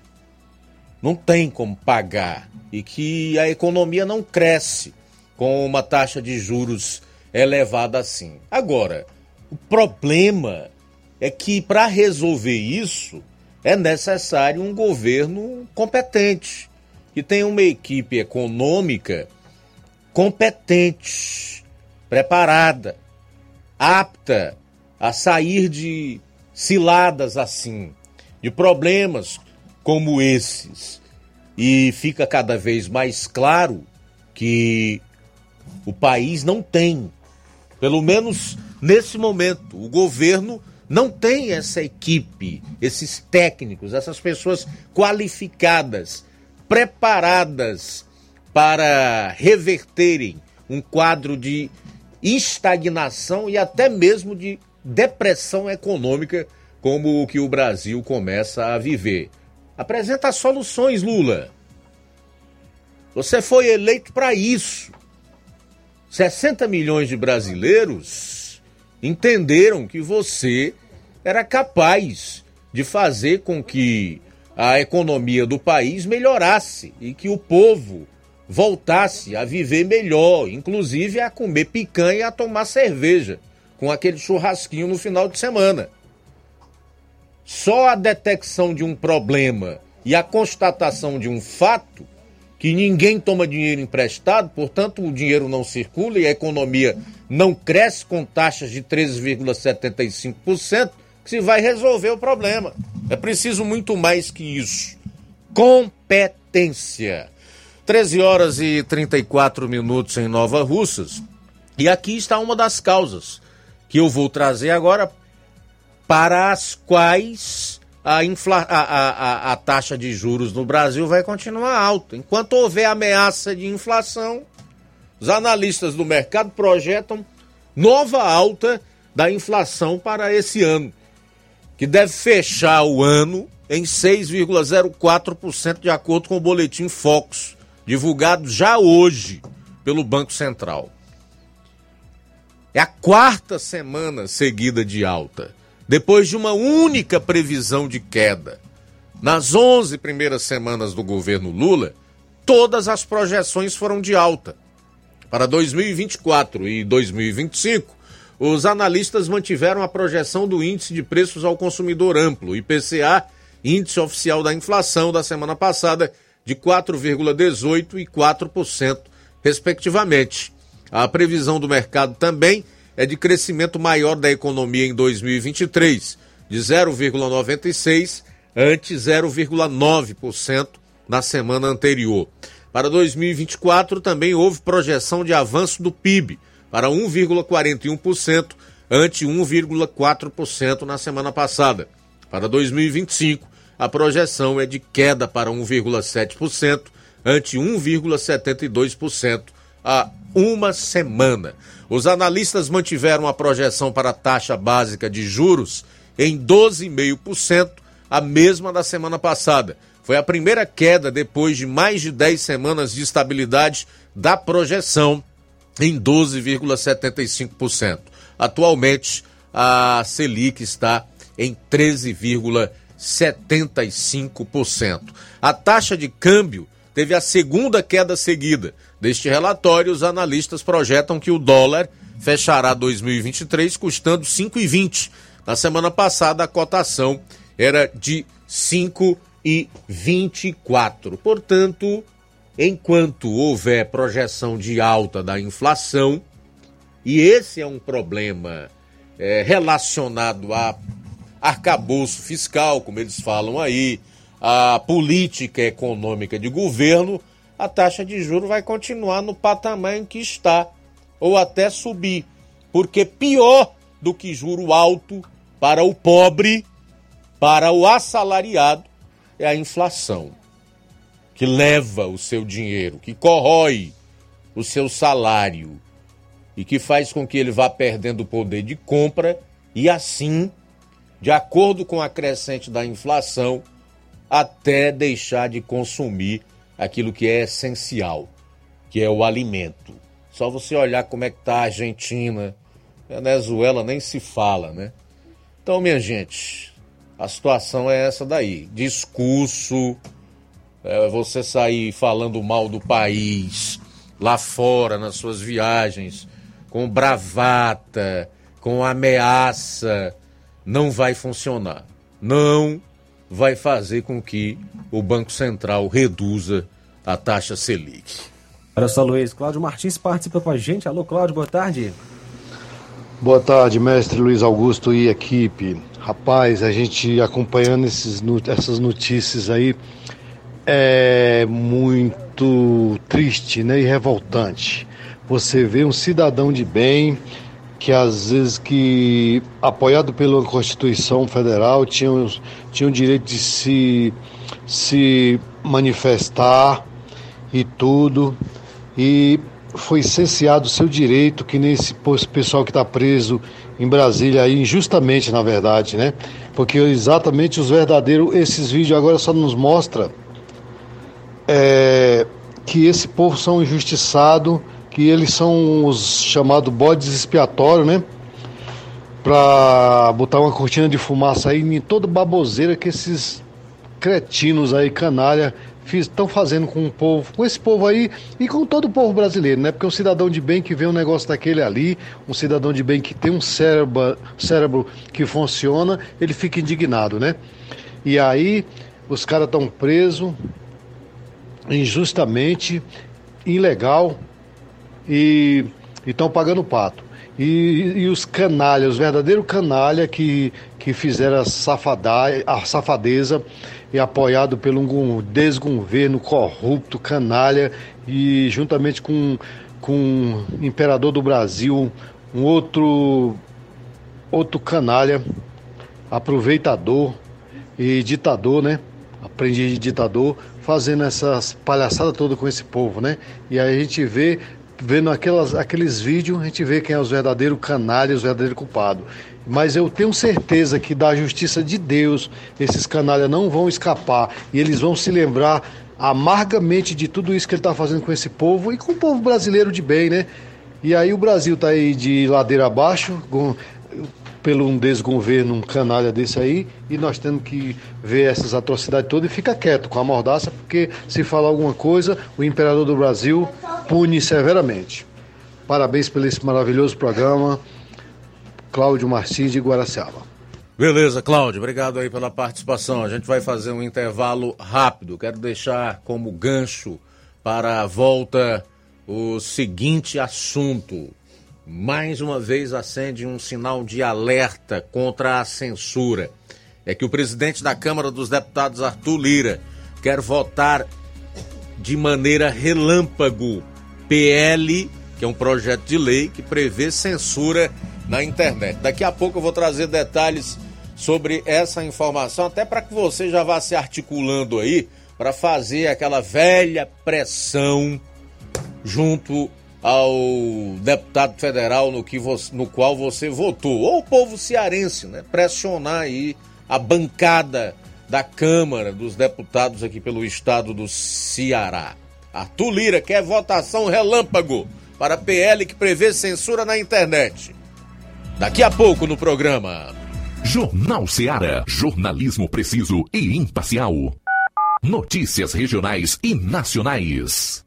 Não tem como pagar e que a economia não cresce com uma taxa de juros elevada assim. Agora, o problema é que para resolver isso é necessário um governo competente, que tenha uma equipe econômica competente, preparada, apta a sair de ciladas assim, de problemas como esses. E fica cada vez mais claro que o país não tem, pelo menos nesse momento, o governo não tem essa equipe, esses técnicos, essas pessoas qualificadas, preparadas para reverterem um quadro de estagnação e até mesmo de depressão econômica como o que o Brasil começa a viver. Apresenta soluções, Lula. Você foi eleito para isso. sessenta milhões de brasileiros entenderam que você era capaz de fazer com que a economia do país melhorasse e que o povo voltasse a viver melhor, inclusive a comer picanha e a tomar cerveja com aquele churrasquinho no final de semana. Só a detecção de um problema e a constatação de um fato, que ninguém toma dinheiro emprestado, portanto o dinheiro não circula e a economia não cresce com taxas de treze vírgula setenta e cinco por cento, que se vai resolver o problema. É preciso muito mais que isso. competência. treze horas e trinta e quatro minutos em Nova Russas. E aqui está uma das causas que eu vou trazer agora, para as quais a, infla... a, a, a, a taxa de juros no Brasil vai continuar alta. Enquanto houver ameaça de inflação, os analistas do mercado projetam nova alta da inflação para esse ano, que deve fechar o ano em seis vírgula zero quatro por cento, de acordo com o boletim Focus, divulgado já hoje pelo Banco Central. É a quarta semana seguida de alta, depois de uma única previsão de queda. Nas onze primeiras semanas do governo Lula, todas as projeções foram de alta. Para dois mil e vinte e quatro e dois mil e vinte e cinco, os analistas mantiveram a projeção do Índice de Preços ao Consumidor Amplo, I P C A, Índice Oficial da Inflação da semana passada, de quatro vírgula dezoito por cento e quatro por cento, respectivamente. A previsão do mercado também é de crescimento maior da economia em dois mil e vinte e três, de zero vírgula noventa e seis por cento ante zero vírgula nove por cento na semana anterior. Para dois mil e vinte e quatro também houve projeção de avanço do P I B para um vírgula quarenta e um por cento ante um vírgula quatro por cento na semana passada. Para dois mil e vinte e cinco, a projeção é de queda para um vírgula sete por cento ante um vírgula setenta e dois por cento há uma semana. Os analistas mantiveram a projeção para a taxa básica de juros em doze vírgula cinco por cento, a mesma da semana passada. Foi a primeira queda depois de mais de dez semanas de estabilidade da projeção em doze vírgula setenta e cinco por cento. Atualmente, a Selic está em treze vírgula setenta e cinco por cento. A taxa de câmbio teve a segunda queda seguida. Deste relatório, os analistas projetam que o dólar fechará dois mil e vinte e três custando cinco reais e vinte centavos. Na semana passada, a cotação era de cinco reais e vinte e quatro centavos. Portanto, enquanto houver projeção de alta da inflação, e esse é um problema é, relacionado a arcabouço fiscal, como eles falam aí, a política econômica de governo, a taxa de juros vai continuar no patamar em que está, ou até subir, porque pior do que juro alto para o pobre, para o assalariado, é a inflação, que leva o seu dinheiro, que corrói o seu salário e que faz com que ele vá perdendo o poder de compra e assim, de acordo com a crescente da inflação, até deixar de consumir aquilo que é essencial, que é o alimento. Só você olhar como é que está a Argentina, Venezuela nem se fala, né? Então, minha gente, a situação é essa daí. Discurso, é, você sair falando mal do país, lá fora, nas suas viagens, com bravata, com ameaça, não vai funcionar. Não vai fazer com que o Banco Central reduza a taxa Selic. Olha só, Luiz, Cláudio Martins participa com a gente. Alô, Cláudio, boa tarde. Boa tarde, mestre Luiz Augusto e equipe. Rapaz, a gente acompanhando esses, essas notícias aí é muito triste, né, e revoltante. Você vê um cidadão de bem que às vezes que, apoiado pela Constituição Federal, tinha, tinha o direito de se, se manifestar e tudo, e foi cerceado o seu direito, que nem esse pessoal que está preso em Brasília aí, injustamente, na verdade, né? Porque exatamente os verdadeiros, esses vídeos agora só nos mostram é, que esse povo são injustiçados, que eles são os chamados bodes expiatórios, né? Pra botar uma cortina de fumaça aí em toda baboseira que esses cretinos aí, canalha, estão fazendo com o povo, com esse povo aí e com todo o povo brasileiro, né? Porque um cidadão de bem que vê um negócio daquele ali, um cidadão de bem que tem um cérebro, cérebro que funciona, ele fica indignado, né? E aí os caras estão presos injustamente, ilegal, e estão pagando pato. E, e os canalhas, os verdadeiros canalhas que, que fizeram a, safada, a safadeza e apoiado pelo um desgoverno corrupto, canalha, e juntamente com, com o imperador do Brasil, um outro, outro canalha, aproveitador e ditador, né? Aprendiz de ditador, fazendo essas palhaçadas todas com esse povo, né? E aí a gente vê... Vendo aquelas, aqueles vídeos, a gente vê quem é os verdadeiros canalhas, os verdadeiros culpados. Mas eu tenho certeza que da justiça de Deus, esses canalhas não vão escapar. E eles vão se lembrar amargamente de tudo isso que ele está fazendo com esse povo e com o povo brasileiro de bem, né? E aí o Brasil está aí de ladeira abaixo, com, pelo um desgoverno, um canalha desse aí, e nós temos que ver essas atrocidades todas e fica quieto com a mordaça, porque se falar alguma coisa, o imperador do Brasil pune severamente. Parabéns por esse maravilhoso programa, Cláudio Martins de Guaraciaba. Beleza, Cláudio, obrigado aí pela participação. A gente vai fazer um intervalo rápido. Quero deixar como gancho para a volta o seguinte assunto. Mais uma vez acende um sinal de alerta contra a censura. É que o presidente da Câmara dos Deputados, Arthur Lira, quer votar de maneira relâmpago P L, que é um projeto de lei que prevê censura na internet. Daqui a pouco eu vou trazer detalhes sobre essa informação, até para que você já vá se articulando aí para fazer aquela velha pressão junto ao deputado federal no, que você, no qual você votou, ou o povo cearense, né? Pressionar aí a bancada da Câmara dos Deputados aqui pelo estado do Ceará. Arthur Lira quer votação relâmpago para P L que prevê censura na internet. Daqui a pouco no programa. Jornal Ceará, jornalismo preciso e imparcial. Notícias regionais e nacionais.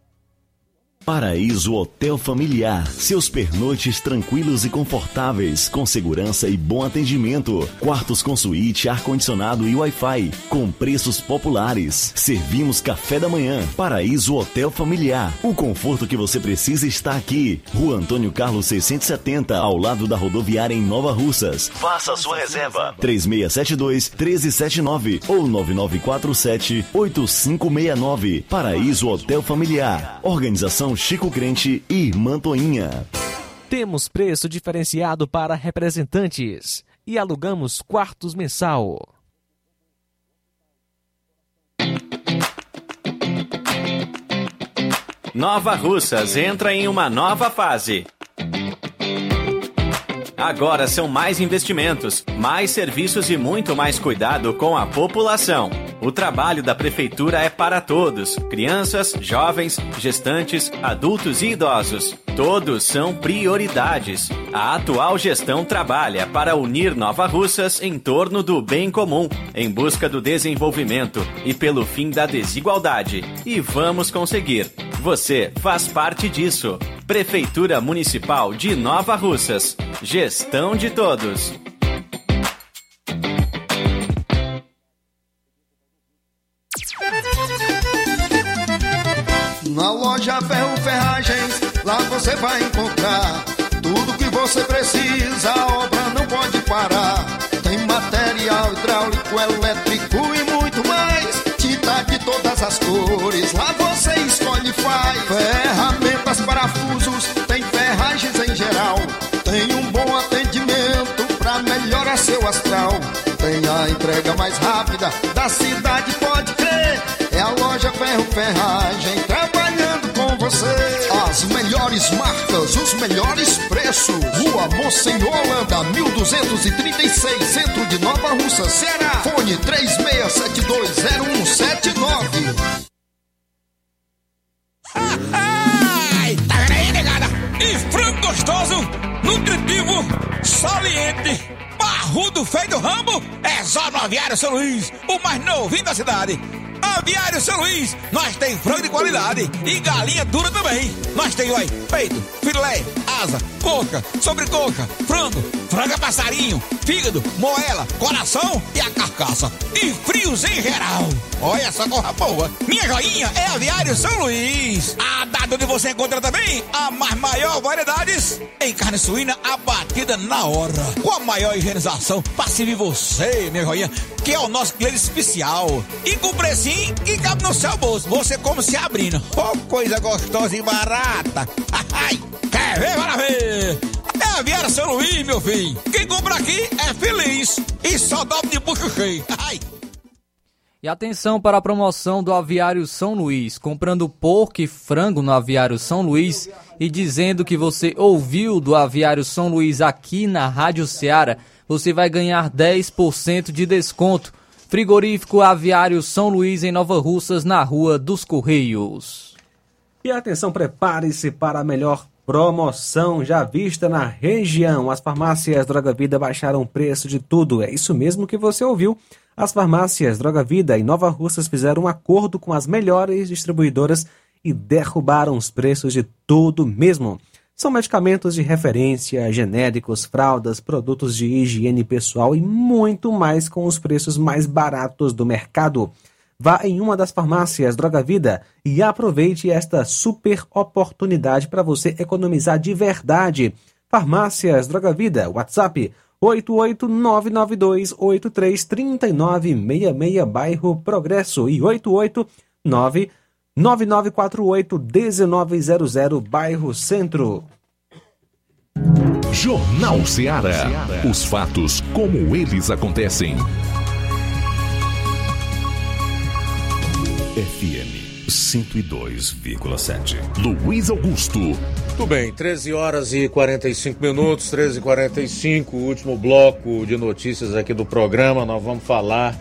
Paraíso Hotel Familiar, seus pernoites tranquilos e confortáveis, com segurança e bom atendimento, quartos com suíte, ar-condicionado e Wi-Fi, com preços populares. Servimos café da manhã. Paraíso Hotel Familiar, o conforto que você precisa está aqui. Rua Antônio Carlos seiscentos e setenta, ao lado da rodoviária em Nova Russas. Faça a sua reserva. três seis sete dois, um três sete nove ou nove nove quatro sete, oito cinco seis nove. Paraíso Hotel Familiar. Organização Chico Crente e Mantoinha. Temos preço diferenciado para representantes e alugamos quartos mensal. Nova Russas entra em uma nova fase. Agora são mais investimentos, mais serviços e muito mais cuidado com a população. O trabalho da Prefeitura é para todos, crianças, jovens, gestantes, adultos e idosos. Todos são prioridades. A atual gestão trabalha para unir Nova Russas em torno do bem comum, em busca do desenvolvimento e pelo fim da desigualdade. E vamos conseguir. Você faz parte disso. Prefeitura Municipal de Nova Russas. Gestão de todos. Na loja Ferro Ferragens, lá você vai encontrar tudo que você precisa, a obra não pode parar. Tem material hidráulico, elétrico e muito mais. Tinta de todas as cores, lá você escolhe e faz. Ferramentas, parafusos, tem ferragens em geral. Tem um bom atendimento pra melhorar seu astral. Tem a entrega mais rápida da cidade, pode crer. É a loja Ferro Ferragem trabalhando com você. As melhores marcas, os melhores preços. Rua Monsenhor Holanda, mil duzentos e trinta e seis, centro de Nova Russa, Ceará. Fone três seis sete dois zero um sete nove. Ai, tá vendo aí, negada? E frango gostoso, nutritivo, saliente, barrudo, feio do rambo, é só no Aviário São Luís, o mais novinho da cidade. Aviário São Luís, nós tem frango de qualidade e galinha dura também. Nós tem, oi, peito, filé, asa, coca, sobrecoca, frango, franga passarinho, fígado, moela, coração e a carcaça. E frios em geral. Olha essa corra boa. Minha joinha é Aviário São Luís, a da Mercado, onde você encontra também a mais maior variedades em carne suína abatida na hora, com a maior higienização para servir você, minha joinha, que é o nosso cliente especial. E com precinho que cabe no seu bolso. Você come se abrindo. Oh, coisa gostosa e barata. Ai, quer ver, para ver? É a Aviário São Luís, meu filho. Quem compra aqui é feliz e só dobra de bucho cheio. Ai. E atenção para a promoção do Aviário São Luís. Comprando porco e frango no Aviário São Luís e dizendo que você ouviu do Aviário São Luís aqui na Rádio Ceará, você vai ganhar dez por cento de desconto. Frigorífico Aviário São Luís em Nova Russas, na Rua dos Correios. E atenção, prepare-se para a melhor promoção já vista na região. As farmácias Droga Vida baixaram o preço de tudo. É isso mesmo que você ouviu. As farmácias Droga Vida em Nova Russas fizeram um acordo com as melhores distribuidoras e derrubaram os preços de tudo mesmo. São medicamentos de referência, genéricos, fraldas, produtos de higiene pessoal e muito mais com os preços mais baratos do mercado. Vá em uma das farmácias Droga Vida e aproveite esta super oportunidade para você economizar de verdade. Farmácias Droga Vida, WhatsApp oito oito nove nove dois oito três três nove seis seis, bairro Progresso, e oito oito nove nove nove quatro oito um nove zero zero, bairro Centro. Jornal Ceará. Os fatos como eles acontecem. F M cento e dois vírgula sete. Luiz Augusto. Muito bem, treze horas e quarenta e cinco minutos, treze e quarenta e cinco, último bloco de notícias aqui do programa. Nós vamos falar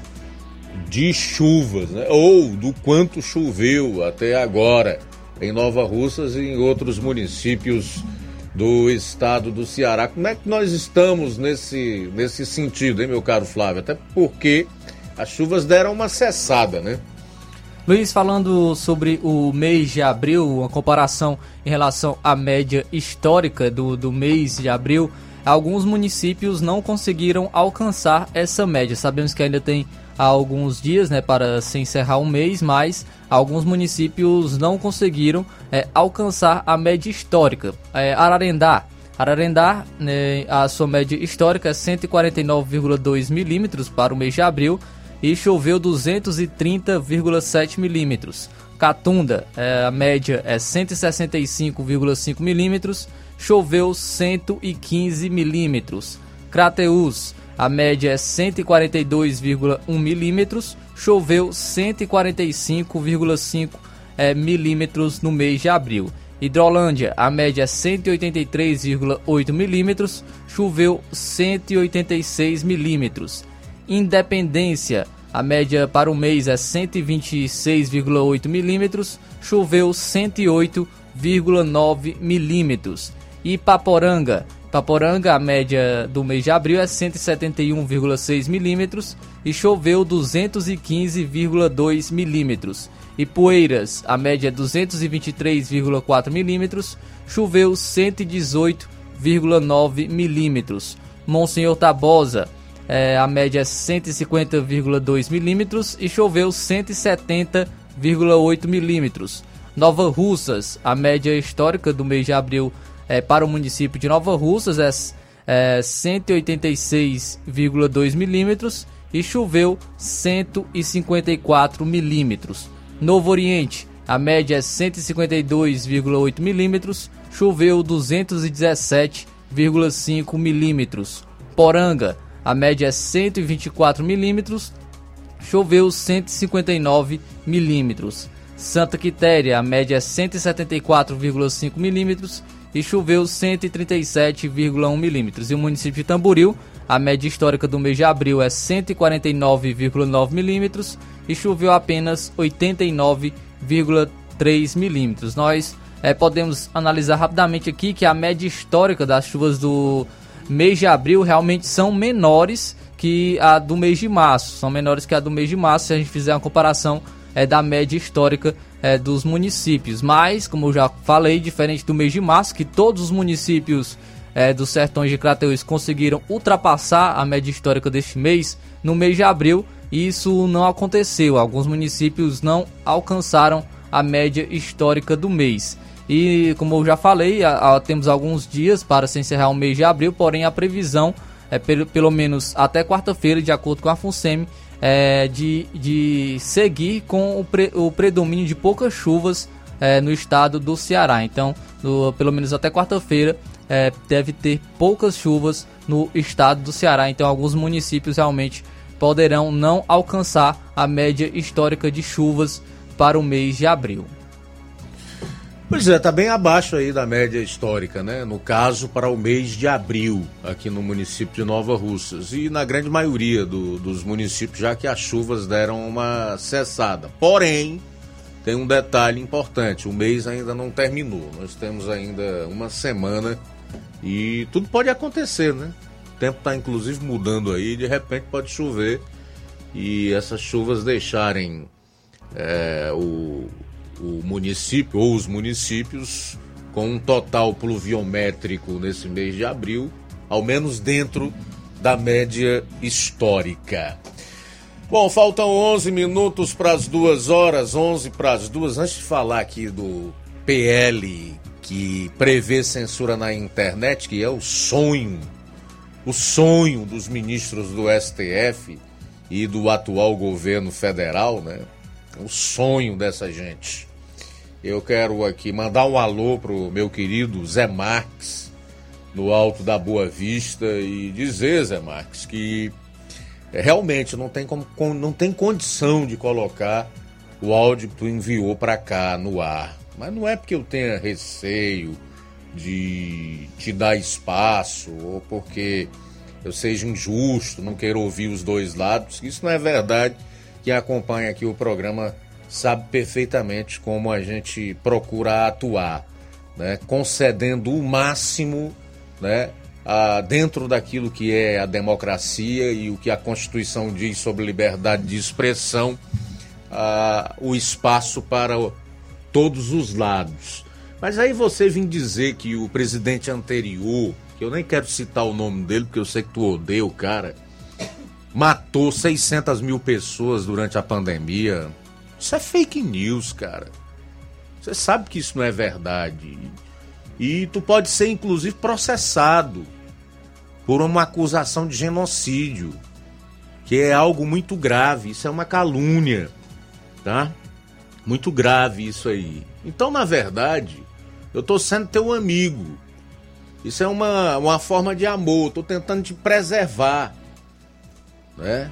de chuvas, né? Ou do quanto choveu até agora em Nova Russas e em outros municípios do estado do Ceará. Como é que nós estamos nesse, nesse sentido, hein, meu caro Flávio? Até porque as chuvas deram uma cessada, né? Luiz, falando sobre o mês de abril, uma comparação em relação à média histórica do, do mês de abril, alguns municípios não conseguiram alcançar essa média. Sabemos que ainda tem alguns dias, né, para se encerrar um mês, mas alguns municípios não conseguiram é, alcançar a média histórica. É, Ararendá, Ararendá, né, a sua média histórica é cento e quarenta e nove vírgula dois milímetros para o mês de abril, e choveu duzentos e trinta vírgula sete milímetros. Catunda, é, a média é cento e sessenta e cinco vírgula cinco milímetros, choveu cento e quinze milímetros. Crateús, a média é cento e quarenta e dois vírgula um milímetros, choveu cento e quarenta e cinco vírgula cinco é, milímetros no mês de abril. Hidrolândia, a média é cento e oitenta e três vírgula oito milímetros, choveu cento e oitenta e seis milímetros. Independência, a média para o mês é cento e vinte e seis vírgula oito milímetros, choveu cento e oito vírgula nove milímetros. E Paporanga, Paporanga, a média do mês de abril é cento e setenta e um vírgula seis milímetros e choveu duzentos e quinze vírgula dois milímetros. E Poeiras, a média é duzentos e vinte e três vírgula quatro milímetros, choveu cento e dezoito vírgula nove milímetros. Monsenhor Tabosa, É, a média é cento e cinquenta vírgula dois milímetros e choveu cento e setenta vírgula oito milímetros. Nova Russas, a média histórica do mês de abril é, para o município de Nova Russas é, é cento e oitenta e seis vírgula dois milímetros e choveu cento e cinquenta e quatro milímetros. Novo Oriente, a média é cento e cinquenta e dois vírgula oito milímetros, choveu duzentos e dezessete vírgula cinco milímetros. Poranga, a média é cento e vinte e quatro milímetros, choveu cento e cinquenta e nove milímetros. Santa Quitéria, a média é cento e setenta e quatro vírgula cinco milímetros e choveu cento e trinta e sete vírgula um milímetros. E o município de Tamboril, a média histórica do mês de abril é cento e quarenta e nove vírgula nove milímetros e choveu apenas oitenta e nove vírgula três milímetros. Nós é, podemos analisar rapidamente aqui que a média histórica das chuvas do mês de abril realmente são menores que a do mês de março, são menores que a do mês de março se a gente fizer uma comparação é, da média histórica é, dos municípios, mas como eu já falei, diferente do mês de março, que todos os municípios é, dos sertões de Crateús conseguiram ultrapassar a média histórica deste mês, no mês de abril isso não aconteceu, alguns municípios não alcançaram a média histórica do mês. E como eu já falei, a, a, temos alguns dias para se encerrar o mês de abril, porém a previsão é pelo, pelo menos até quarta-feira, de acordo com a FUNSEMI, é de, de seguir com o, pre, o predomínio de poucas chuvas é, no estado do Ceará. Então, do, pelo menos até quarta-feira, é, deve ter poucas chuvas no estado do Ceará. Então, alguns municípios realmente poderão não alcançar a média histórica de chuvas para o mês de abril. Pois é, tá bem abaixo aí da média histórica, né? No caso, para o mês de abril, aqui no município de Nova Russas. E na grande maioria do, dos municípios, já que as chuvas deram uma cessada. Porém, tem um detalhe importante, o mês ainda não terminou. Nós temos ainda uma semana e tudo pode acontecer, né? O tempo tá inclusive mudando aí, de repente pode chover e essas chuvas deixarem é, o... o município ou os municípios com um total pluviométrico nesse mês de abril, ao menos dentro da média histórica. Bom, faltam onze minutos para as duas horas, onze para as duas. Antes de falar aqui do P L que prevê censura na internet, que é o sonho, o sonho dos ministros do S T F e do atual governo federal, né? O sonho dessa gente. Eu quero aqui mandar um alô pro meu querido Zé Marques, no Alto da Boa Vista, e dizer, Zé Marques, que realmente não tem, como, não tem condição de colocar o áudio que tu enviou para cá no ar. Mas não é porque eu tenha receio de te dar espaço ou porque eu seja injusto, não quero ouvir os dois lados. Isso não é verdade. Quem acompanha aqui o programa sabe perfeitamente como a gente procura atuar, né? Concedendo o máximo, né, a, dentro daquilo que é a democracia e o que a Constituição diz sobre liberdade de expressão, a, o espaço para o, todos os lados. Mas aí você vem dizer que o presidente anterior, que eu nem quero citar o nome dele porque eu sei que tu odeia o cara, matou seiscentas mil pessoas durante a pandemia. Isso é fake news, cara. Você sabe que isso não é verdade. E tu pode ser, inclusive, processado por uma acusação de genocídio, que é algo muito grave. Isso é uma calúnia, tá? Muito grave isso aí. Então, na verdade, eu tô sendo teu amigo. Isso é uma, uma forma de amor. Eu tô tentando te preservar, né?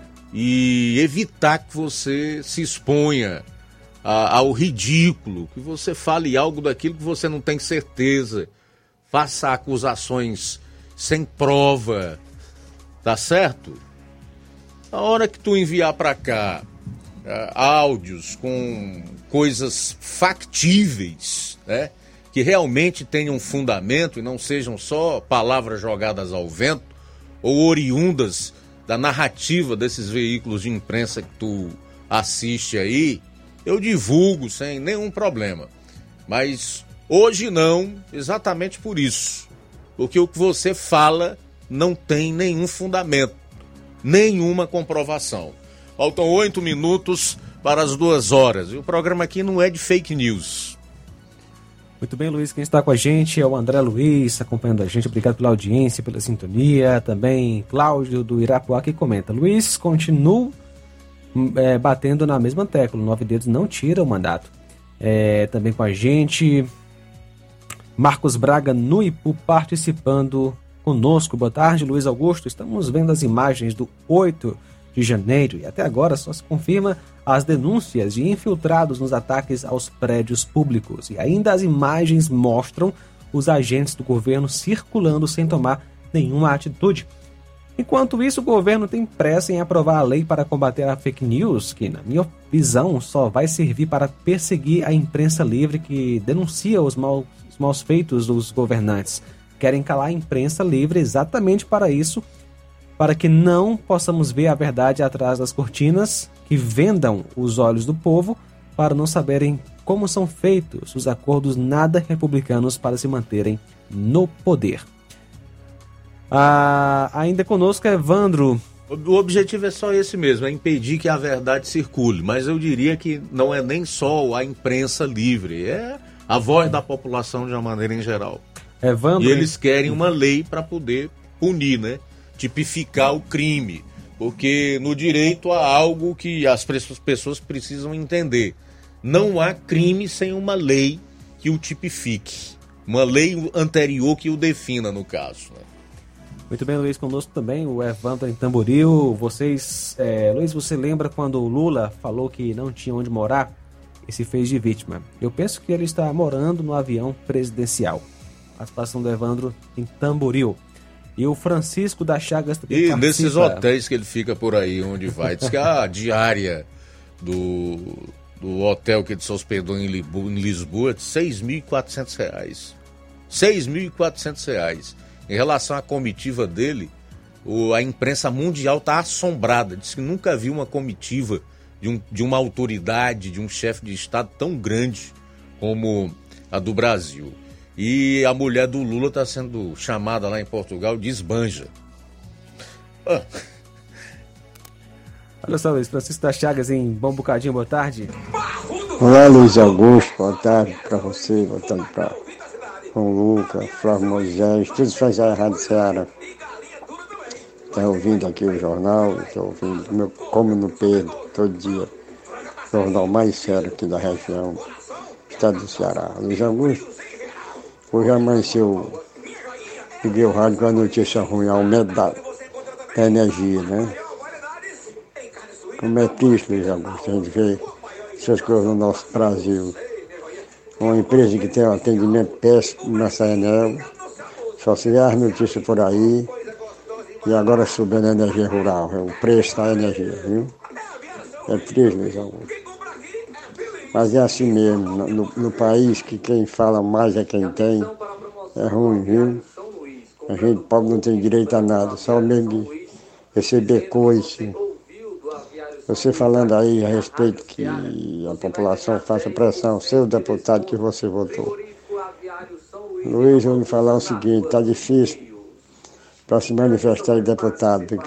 E evitar que você se exponha a, ao ridículo, que você fale algo daquilo que você não tem certeza, faça acusações sem prova, tá certo? A hora que tu enviar para cá uh, áudios com coisas factíveis, né, que realmente tenham fundamento e não sejam só palavras jogadas ao vento ou oriundas da narrativa desses veículos de imprensa que tu assiste aí, eu divulgo sem nenhum problema. Mas hoje não, exatamente por isso. Porque o que você fala não tem nenhum fundamento, nenhuma comprovação. Faltam oito minutos para as duas horas. E o programa aqui não é de fake news. Muito bem, Luiz, quem está com a gente é o André Luiz, acompanhando a gente. Obrigado pela audiência, pela sintonia. Também Cláudio do Irapuá que comenta: Luiz, continua é, batendo na mesma tecla, o Nove Dedos não tira o mandato. É, também com a gente Marcos Braga no Ipu participando conosco. Boa tarde, Luiz Augusto. Estamos vendo as imagens do oito de janeiro e até agora só se confirma as denúncias de infiltrados nos ataques aos prédios públicos. E ainda as imagens mostram os agentes do governo circulando sem tomar nenhuma atitude. Enquanto isso, o governo tem pressa em aprovar a lei para combater a fake news, que, na minha visão, só vai servir para perseguir a imprensa livre que denuncia os, mal, os maus feitos dos governantes. Querem calar a imprensa livre exatamente para isso, para que não possamos ver a verdade atrás das cortinas, que vendam os olhos do povo para não saberem como são feitos os acordos nada republicanos para se manterem no poder. Ah, ainda conosco é Evandro. O objetivo é só esse mesmo, é impedir que a verdade circule, mas eu diria que não é nem só a imprensa livre, é a voz da população de uma maneira em geral. Evandro, e eles querem uma lei para poder punir, né? Tipificar o crime. Porque no direito há algo que as pessoas precisam entender. Não há crime sem uma lei que o tipifique. Uma lei anterior que o defina, no caso. Né? Muito bem, Luiz, conosco também o Evandro em Tamboril. Vocês, é, Luiz, você lembra quando o Lula falou que não tinha onde morar e se fez de vítima? Eu penso que ele está morando no avião presidencial. A participação do Evandro em Tamboril. E o Francisco da Chagas também E participa. nesses hotéis que ele fica por aí, onde vai. Diz que a diária do, do hotel que ele se hospedou em Lisboa, em Lisboa é de seis mil e quatrocentos reais. seis mil e quatrocentos reais. Em relação à comitiva dele, o, a imprensa mundial está assombrada. Diz que nunca viu uma comitiva de, um, de uma autoridade, de um chefe de Estado tão grande como a do Brasil. E a mulher do Lula está sendo chamada lá em Portugal de esbanja. Ah. Olha só, Luiz, Francisco da Chagas em Bom Bocadinho, boa tarde. Olá, Luiz Augusto, boa tarde para você, boa tarde para João Lucas, Flávio Moisés, todos os fãs da Rádio Ceará. Está ouvindo aqui o jornal, estou ouvindo, meu, como no Pedro, todo dia. Jornal mais sério aqui da região, estado do Ceará. Luiz Augusto, hoje amanheceu, liguei o rádio com a notícia ruim, aumento da, da energia, né? Como é triste, Luiz Augusto, a gente vê essas coisas no nosso Brasil. Uma empresa que tem um atendimento péssimo na Saenel, só se vê as notícias por aí, e agora subindo a energia rural, é o preço da energia, viu? É triste, Luiz Augusto. Mas é assim mesmo, no, no país que quem fala mais é quem tem, é ruim, viu? A gente pobre não tem direito a nada, só mesmo de receber coisa. Você falando aí a respeito que a população faça pressão, seu deputado que você votou. Luiz, vou me falar o seguinte, está difícil para se manifestar de deputado, porque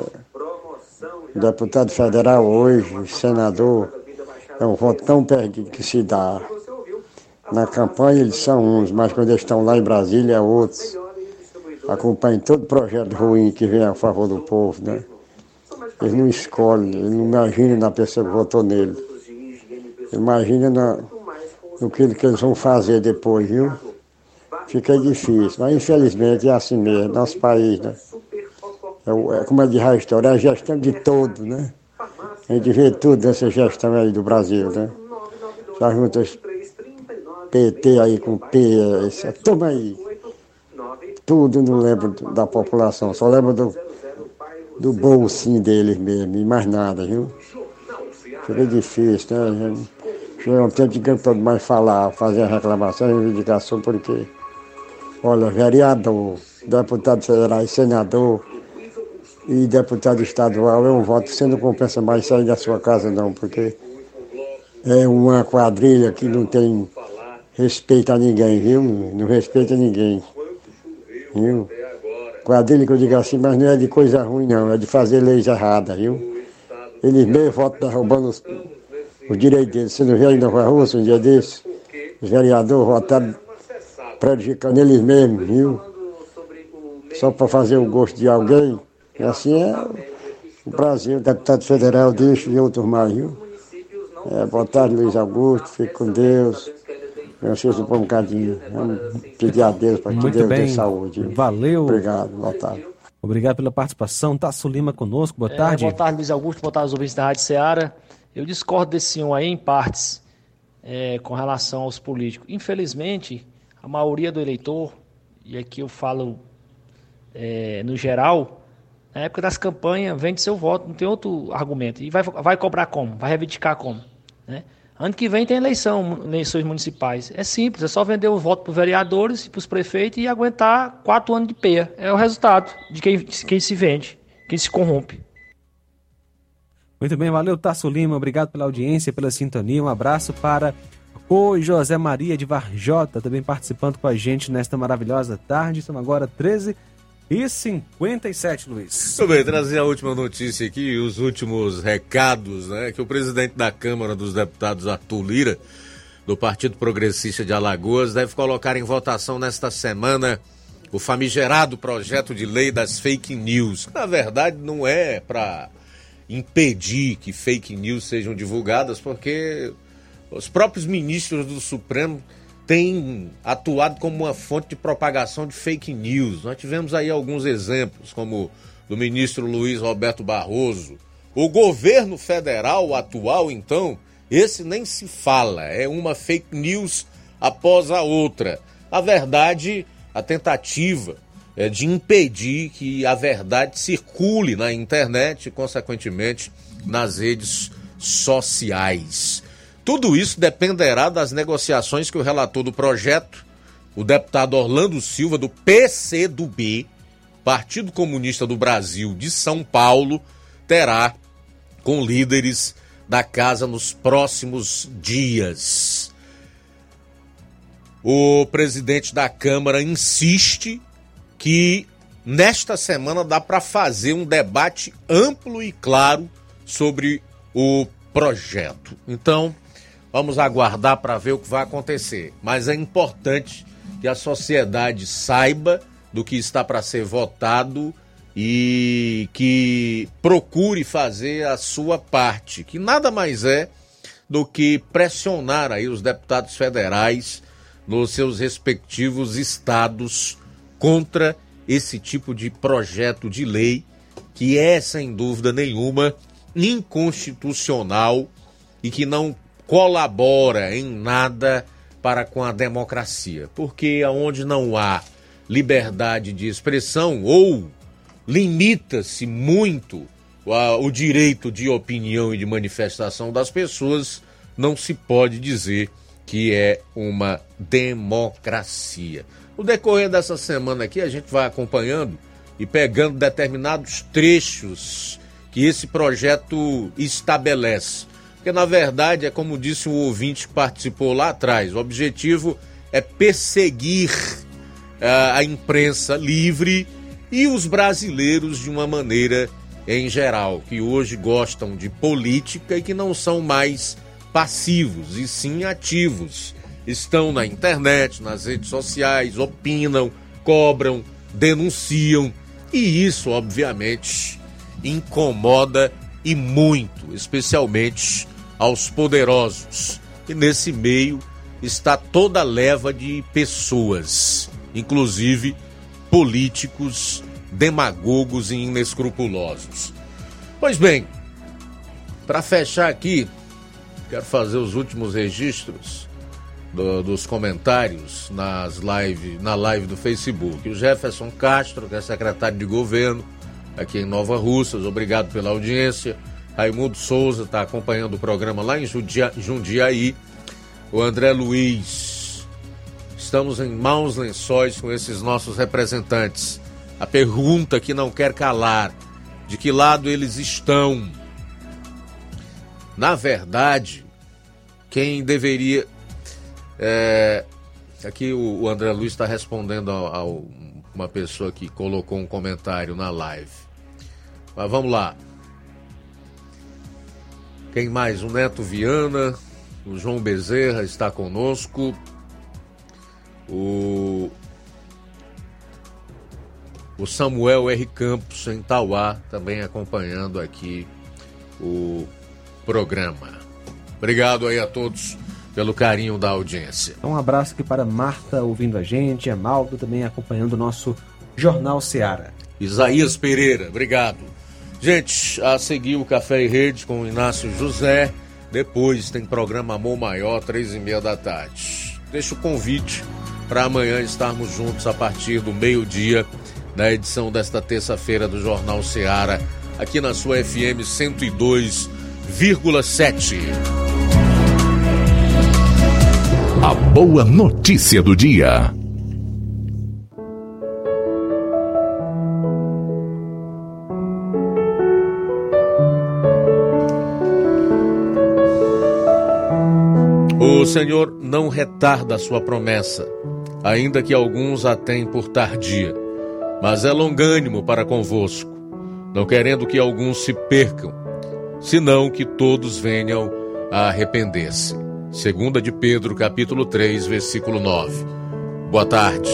o deputado federal hoje, senador, é um voto tão perdido que se dá. Na campanha eles são uns, mas quando eles estão lá em Brasília é outros. Acompanham todo projeto ruim que vem a favor do povo, né? Eles não escolhem, eles não imaginam na pessoa que votou nele. Imagina na, no que, que eles vão fazer depois, viu? Fica difícil, mas infelizmente é assim mesmo, nosso país, né? É, é como é de a história, é a gestão de todo, né? A gente vê tudo nessa gestão aí do Brasil, né? Já juntas P T aí com P S, toma aí. Tudo não lembro da população, só lembro do, do bolsinho deles mesmo, e mais nada, viu? Fica difícil, né? Já não tem que todo mais falar, fazer a reclamação e reivindicação, porque, olha, vereador, deputado federal, senador e deputado estadual é um voto, você não compensa mais sair da sua casa não, porque é uma quadrilha que não tem respeito a ninguém, viu? Não respeita ninguém, viu? Quadrilha que eu digo assim, mas não é de coisa ruim não, é de fazer leis erradas, viu? Eles mesmo votam roubando os, os direitos deles. Você não vê aí na Nova Rússia um dia desses? Os vereadores votaram prejudicando eles mesmos, viu? Só para fazer o gosto de alguém. E assim é o Brasil, o deputado federal deixa e outros mais, viu? É, boa tarde, Luiz Augusto, fique com Deus. Francisco por um bocadinho. Vamos pedir a Deus para que Muito Deus bem. dê saúde. Valeu. Obrigado, boa tarde. Obrigado pela participação. Tasso Lima conosco, boa É, tarde. boa tarde, Luiz Augusto, boa tarde aos ouvintes da Rádio Ceará. Eu discordo desse senhor aí em partes é, com relação aos políticos. Infelizmente, a maioria do eleitor, e aqui eu falo é, no geral, na época das campanhas, vende seu voto, não tem outro argumento. E vai, vai cobrar como? Vai reivindicar como? Né? Ano que vem tem eleição, eleições municipais. É simples, é só vender o voto para os vereadores e para os prefeitos e aguentar quatro anos de peia. É o resultado de quem, quem se vende, quem se corrompe. Muito bem, valeu, Tasso Lima. Obrigado pela audiência, pela sintonia. Um abraço para o José Maria de Varjota, também participando com a gente nesta maravilhosa tarde. São agora treze e cinquenta e sete, Luiz. Muito bem, trazer a última notícia aqui, os últimos recados, né? Que o presidente da Câmara dos Deputados, Arthur Lira, do Partido Progressista de Alagoas, deve colocar em votação nesta semana o famigerado projeto de lei das fake news. Na verdade, não é para impedir que fake news sejam divulgadas, porque os próprios ministros do Supremo têm atuado como uma fonte de propagação de fake news. Nós tivemos aí alguns exemplos, como do ministro Luiz Roberto Barroso. O governo federal atual, então, esse nem se fala, é uma fake news após a outra. Na verdade, a tentativa é de impedir que a verdade circule na internet e, consequentemente, nas redes sociais. Tudo isso dependerá das negociações que o relator do projeto, o deputado Orlando Silva, do P C do B, Partido Comunista do Brasil de São Paulo, terá com líderes da casa nos próximos dias. O presidente da Câmara insiste que nesta semana dá para fazer um debate amplo e claro sobre o projeto. Então, vamos aguardar para ver o que vai acontecer. Mas é importante que a sociedade saiba do que está para ser votado e que procure fazer a sua parte, que nada mais é do que pressionar aí os deputados federais nos seus respectivos estados contra esse tipo de projeto de lei que é, sem dúvida nenhuma, inconstitucional e que não colabora em nada para com a democracia, porque aonde não há liberdade de expressão ou limita-se muito o direito de opinião e de manifestação das pessoas, não se pode dizer que é uma democracia. No decorrer dessa semana aqui, a gente vai acompanhando e pegando determinados trechos que esse projeto estabelece. Porque, na verdade, é como disse um ouvinte que participou lá atrás, o objetivo é perseguir uh, a imprensa livre e os brasileiros de uma maneira em geral, que hoje gostam de política e que não são mais passivos, e sim ativos. Estão na internet, nas redes sociais, opinam, cobram, denunciam, e isso, obviamente, incomoda e muito, especialmente aos poderosos. E nesse meio está toda a leva de pessoas, inclusive políticos, demagogos e inescrupulosos. Pois bem, para fechar aqui, quero fazer os últimos registros do, dos comentários nas live, na live do Facebook. O Jefferson Castro, que é secretário de governo aqui em Nova Russas, obrigado pela audiência. Raimundo Souza está acompanhando o programa lá em Jundiaí. O André Luiz, estamos em maus lençóis com esses nossos representantes. A pergunta que não quer calar, de que lado eles estão? Na verdade, quem deveria... É, aqui o, o André Luiz está respondendo a, a uma pessoa que colocou um comentário na live. Mas vamos lá. Quem mais? O Neto Viana, o João Bezerra está conosco. O... O Samuel R. Campos, em Tauá, também acompanhando aqui o programa. Obrigado aí a todos pelo carinho da audiência. Um abraço aqui para Marta, ouvindo a gente, a Maldo também acompanhando o nosso Jornal Seara. Isaías Pereira, obrigado. Gente, a seguir o Café e Rede com o Inácio José. Depois tem programa Amor Maior, três e meia da tarde. Deixo o convite para amanhã estarmos juntos a partir do meio-dia na edição desta terça-feira do Jornal Seara, aqui na sua F M cento e dois vírgula sete. A boa notícia do dia. O Senhor não retarda a sua promessa, ainda que alguns a tenham por tardia, mas é longânimo para convosco, não querendo que alguns se percam, senão que todos venham a arrepender-se. Segunda de Pedro, capítulo três, versículo nove. Boa tarde.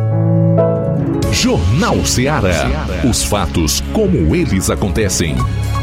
Jornal Ceará. Os fatos como eles acontecem.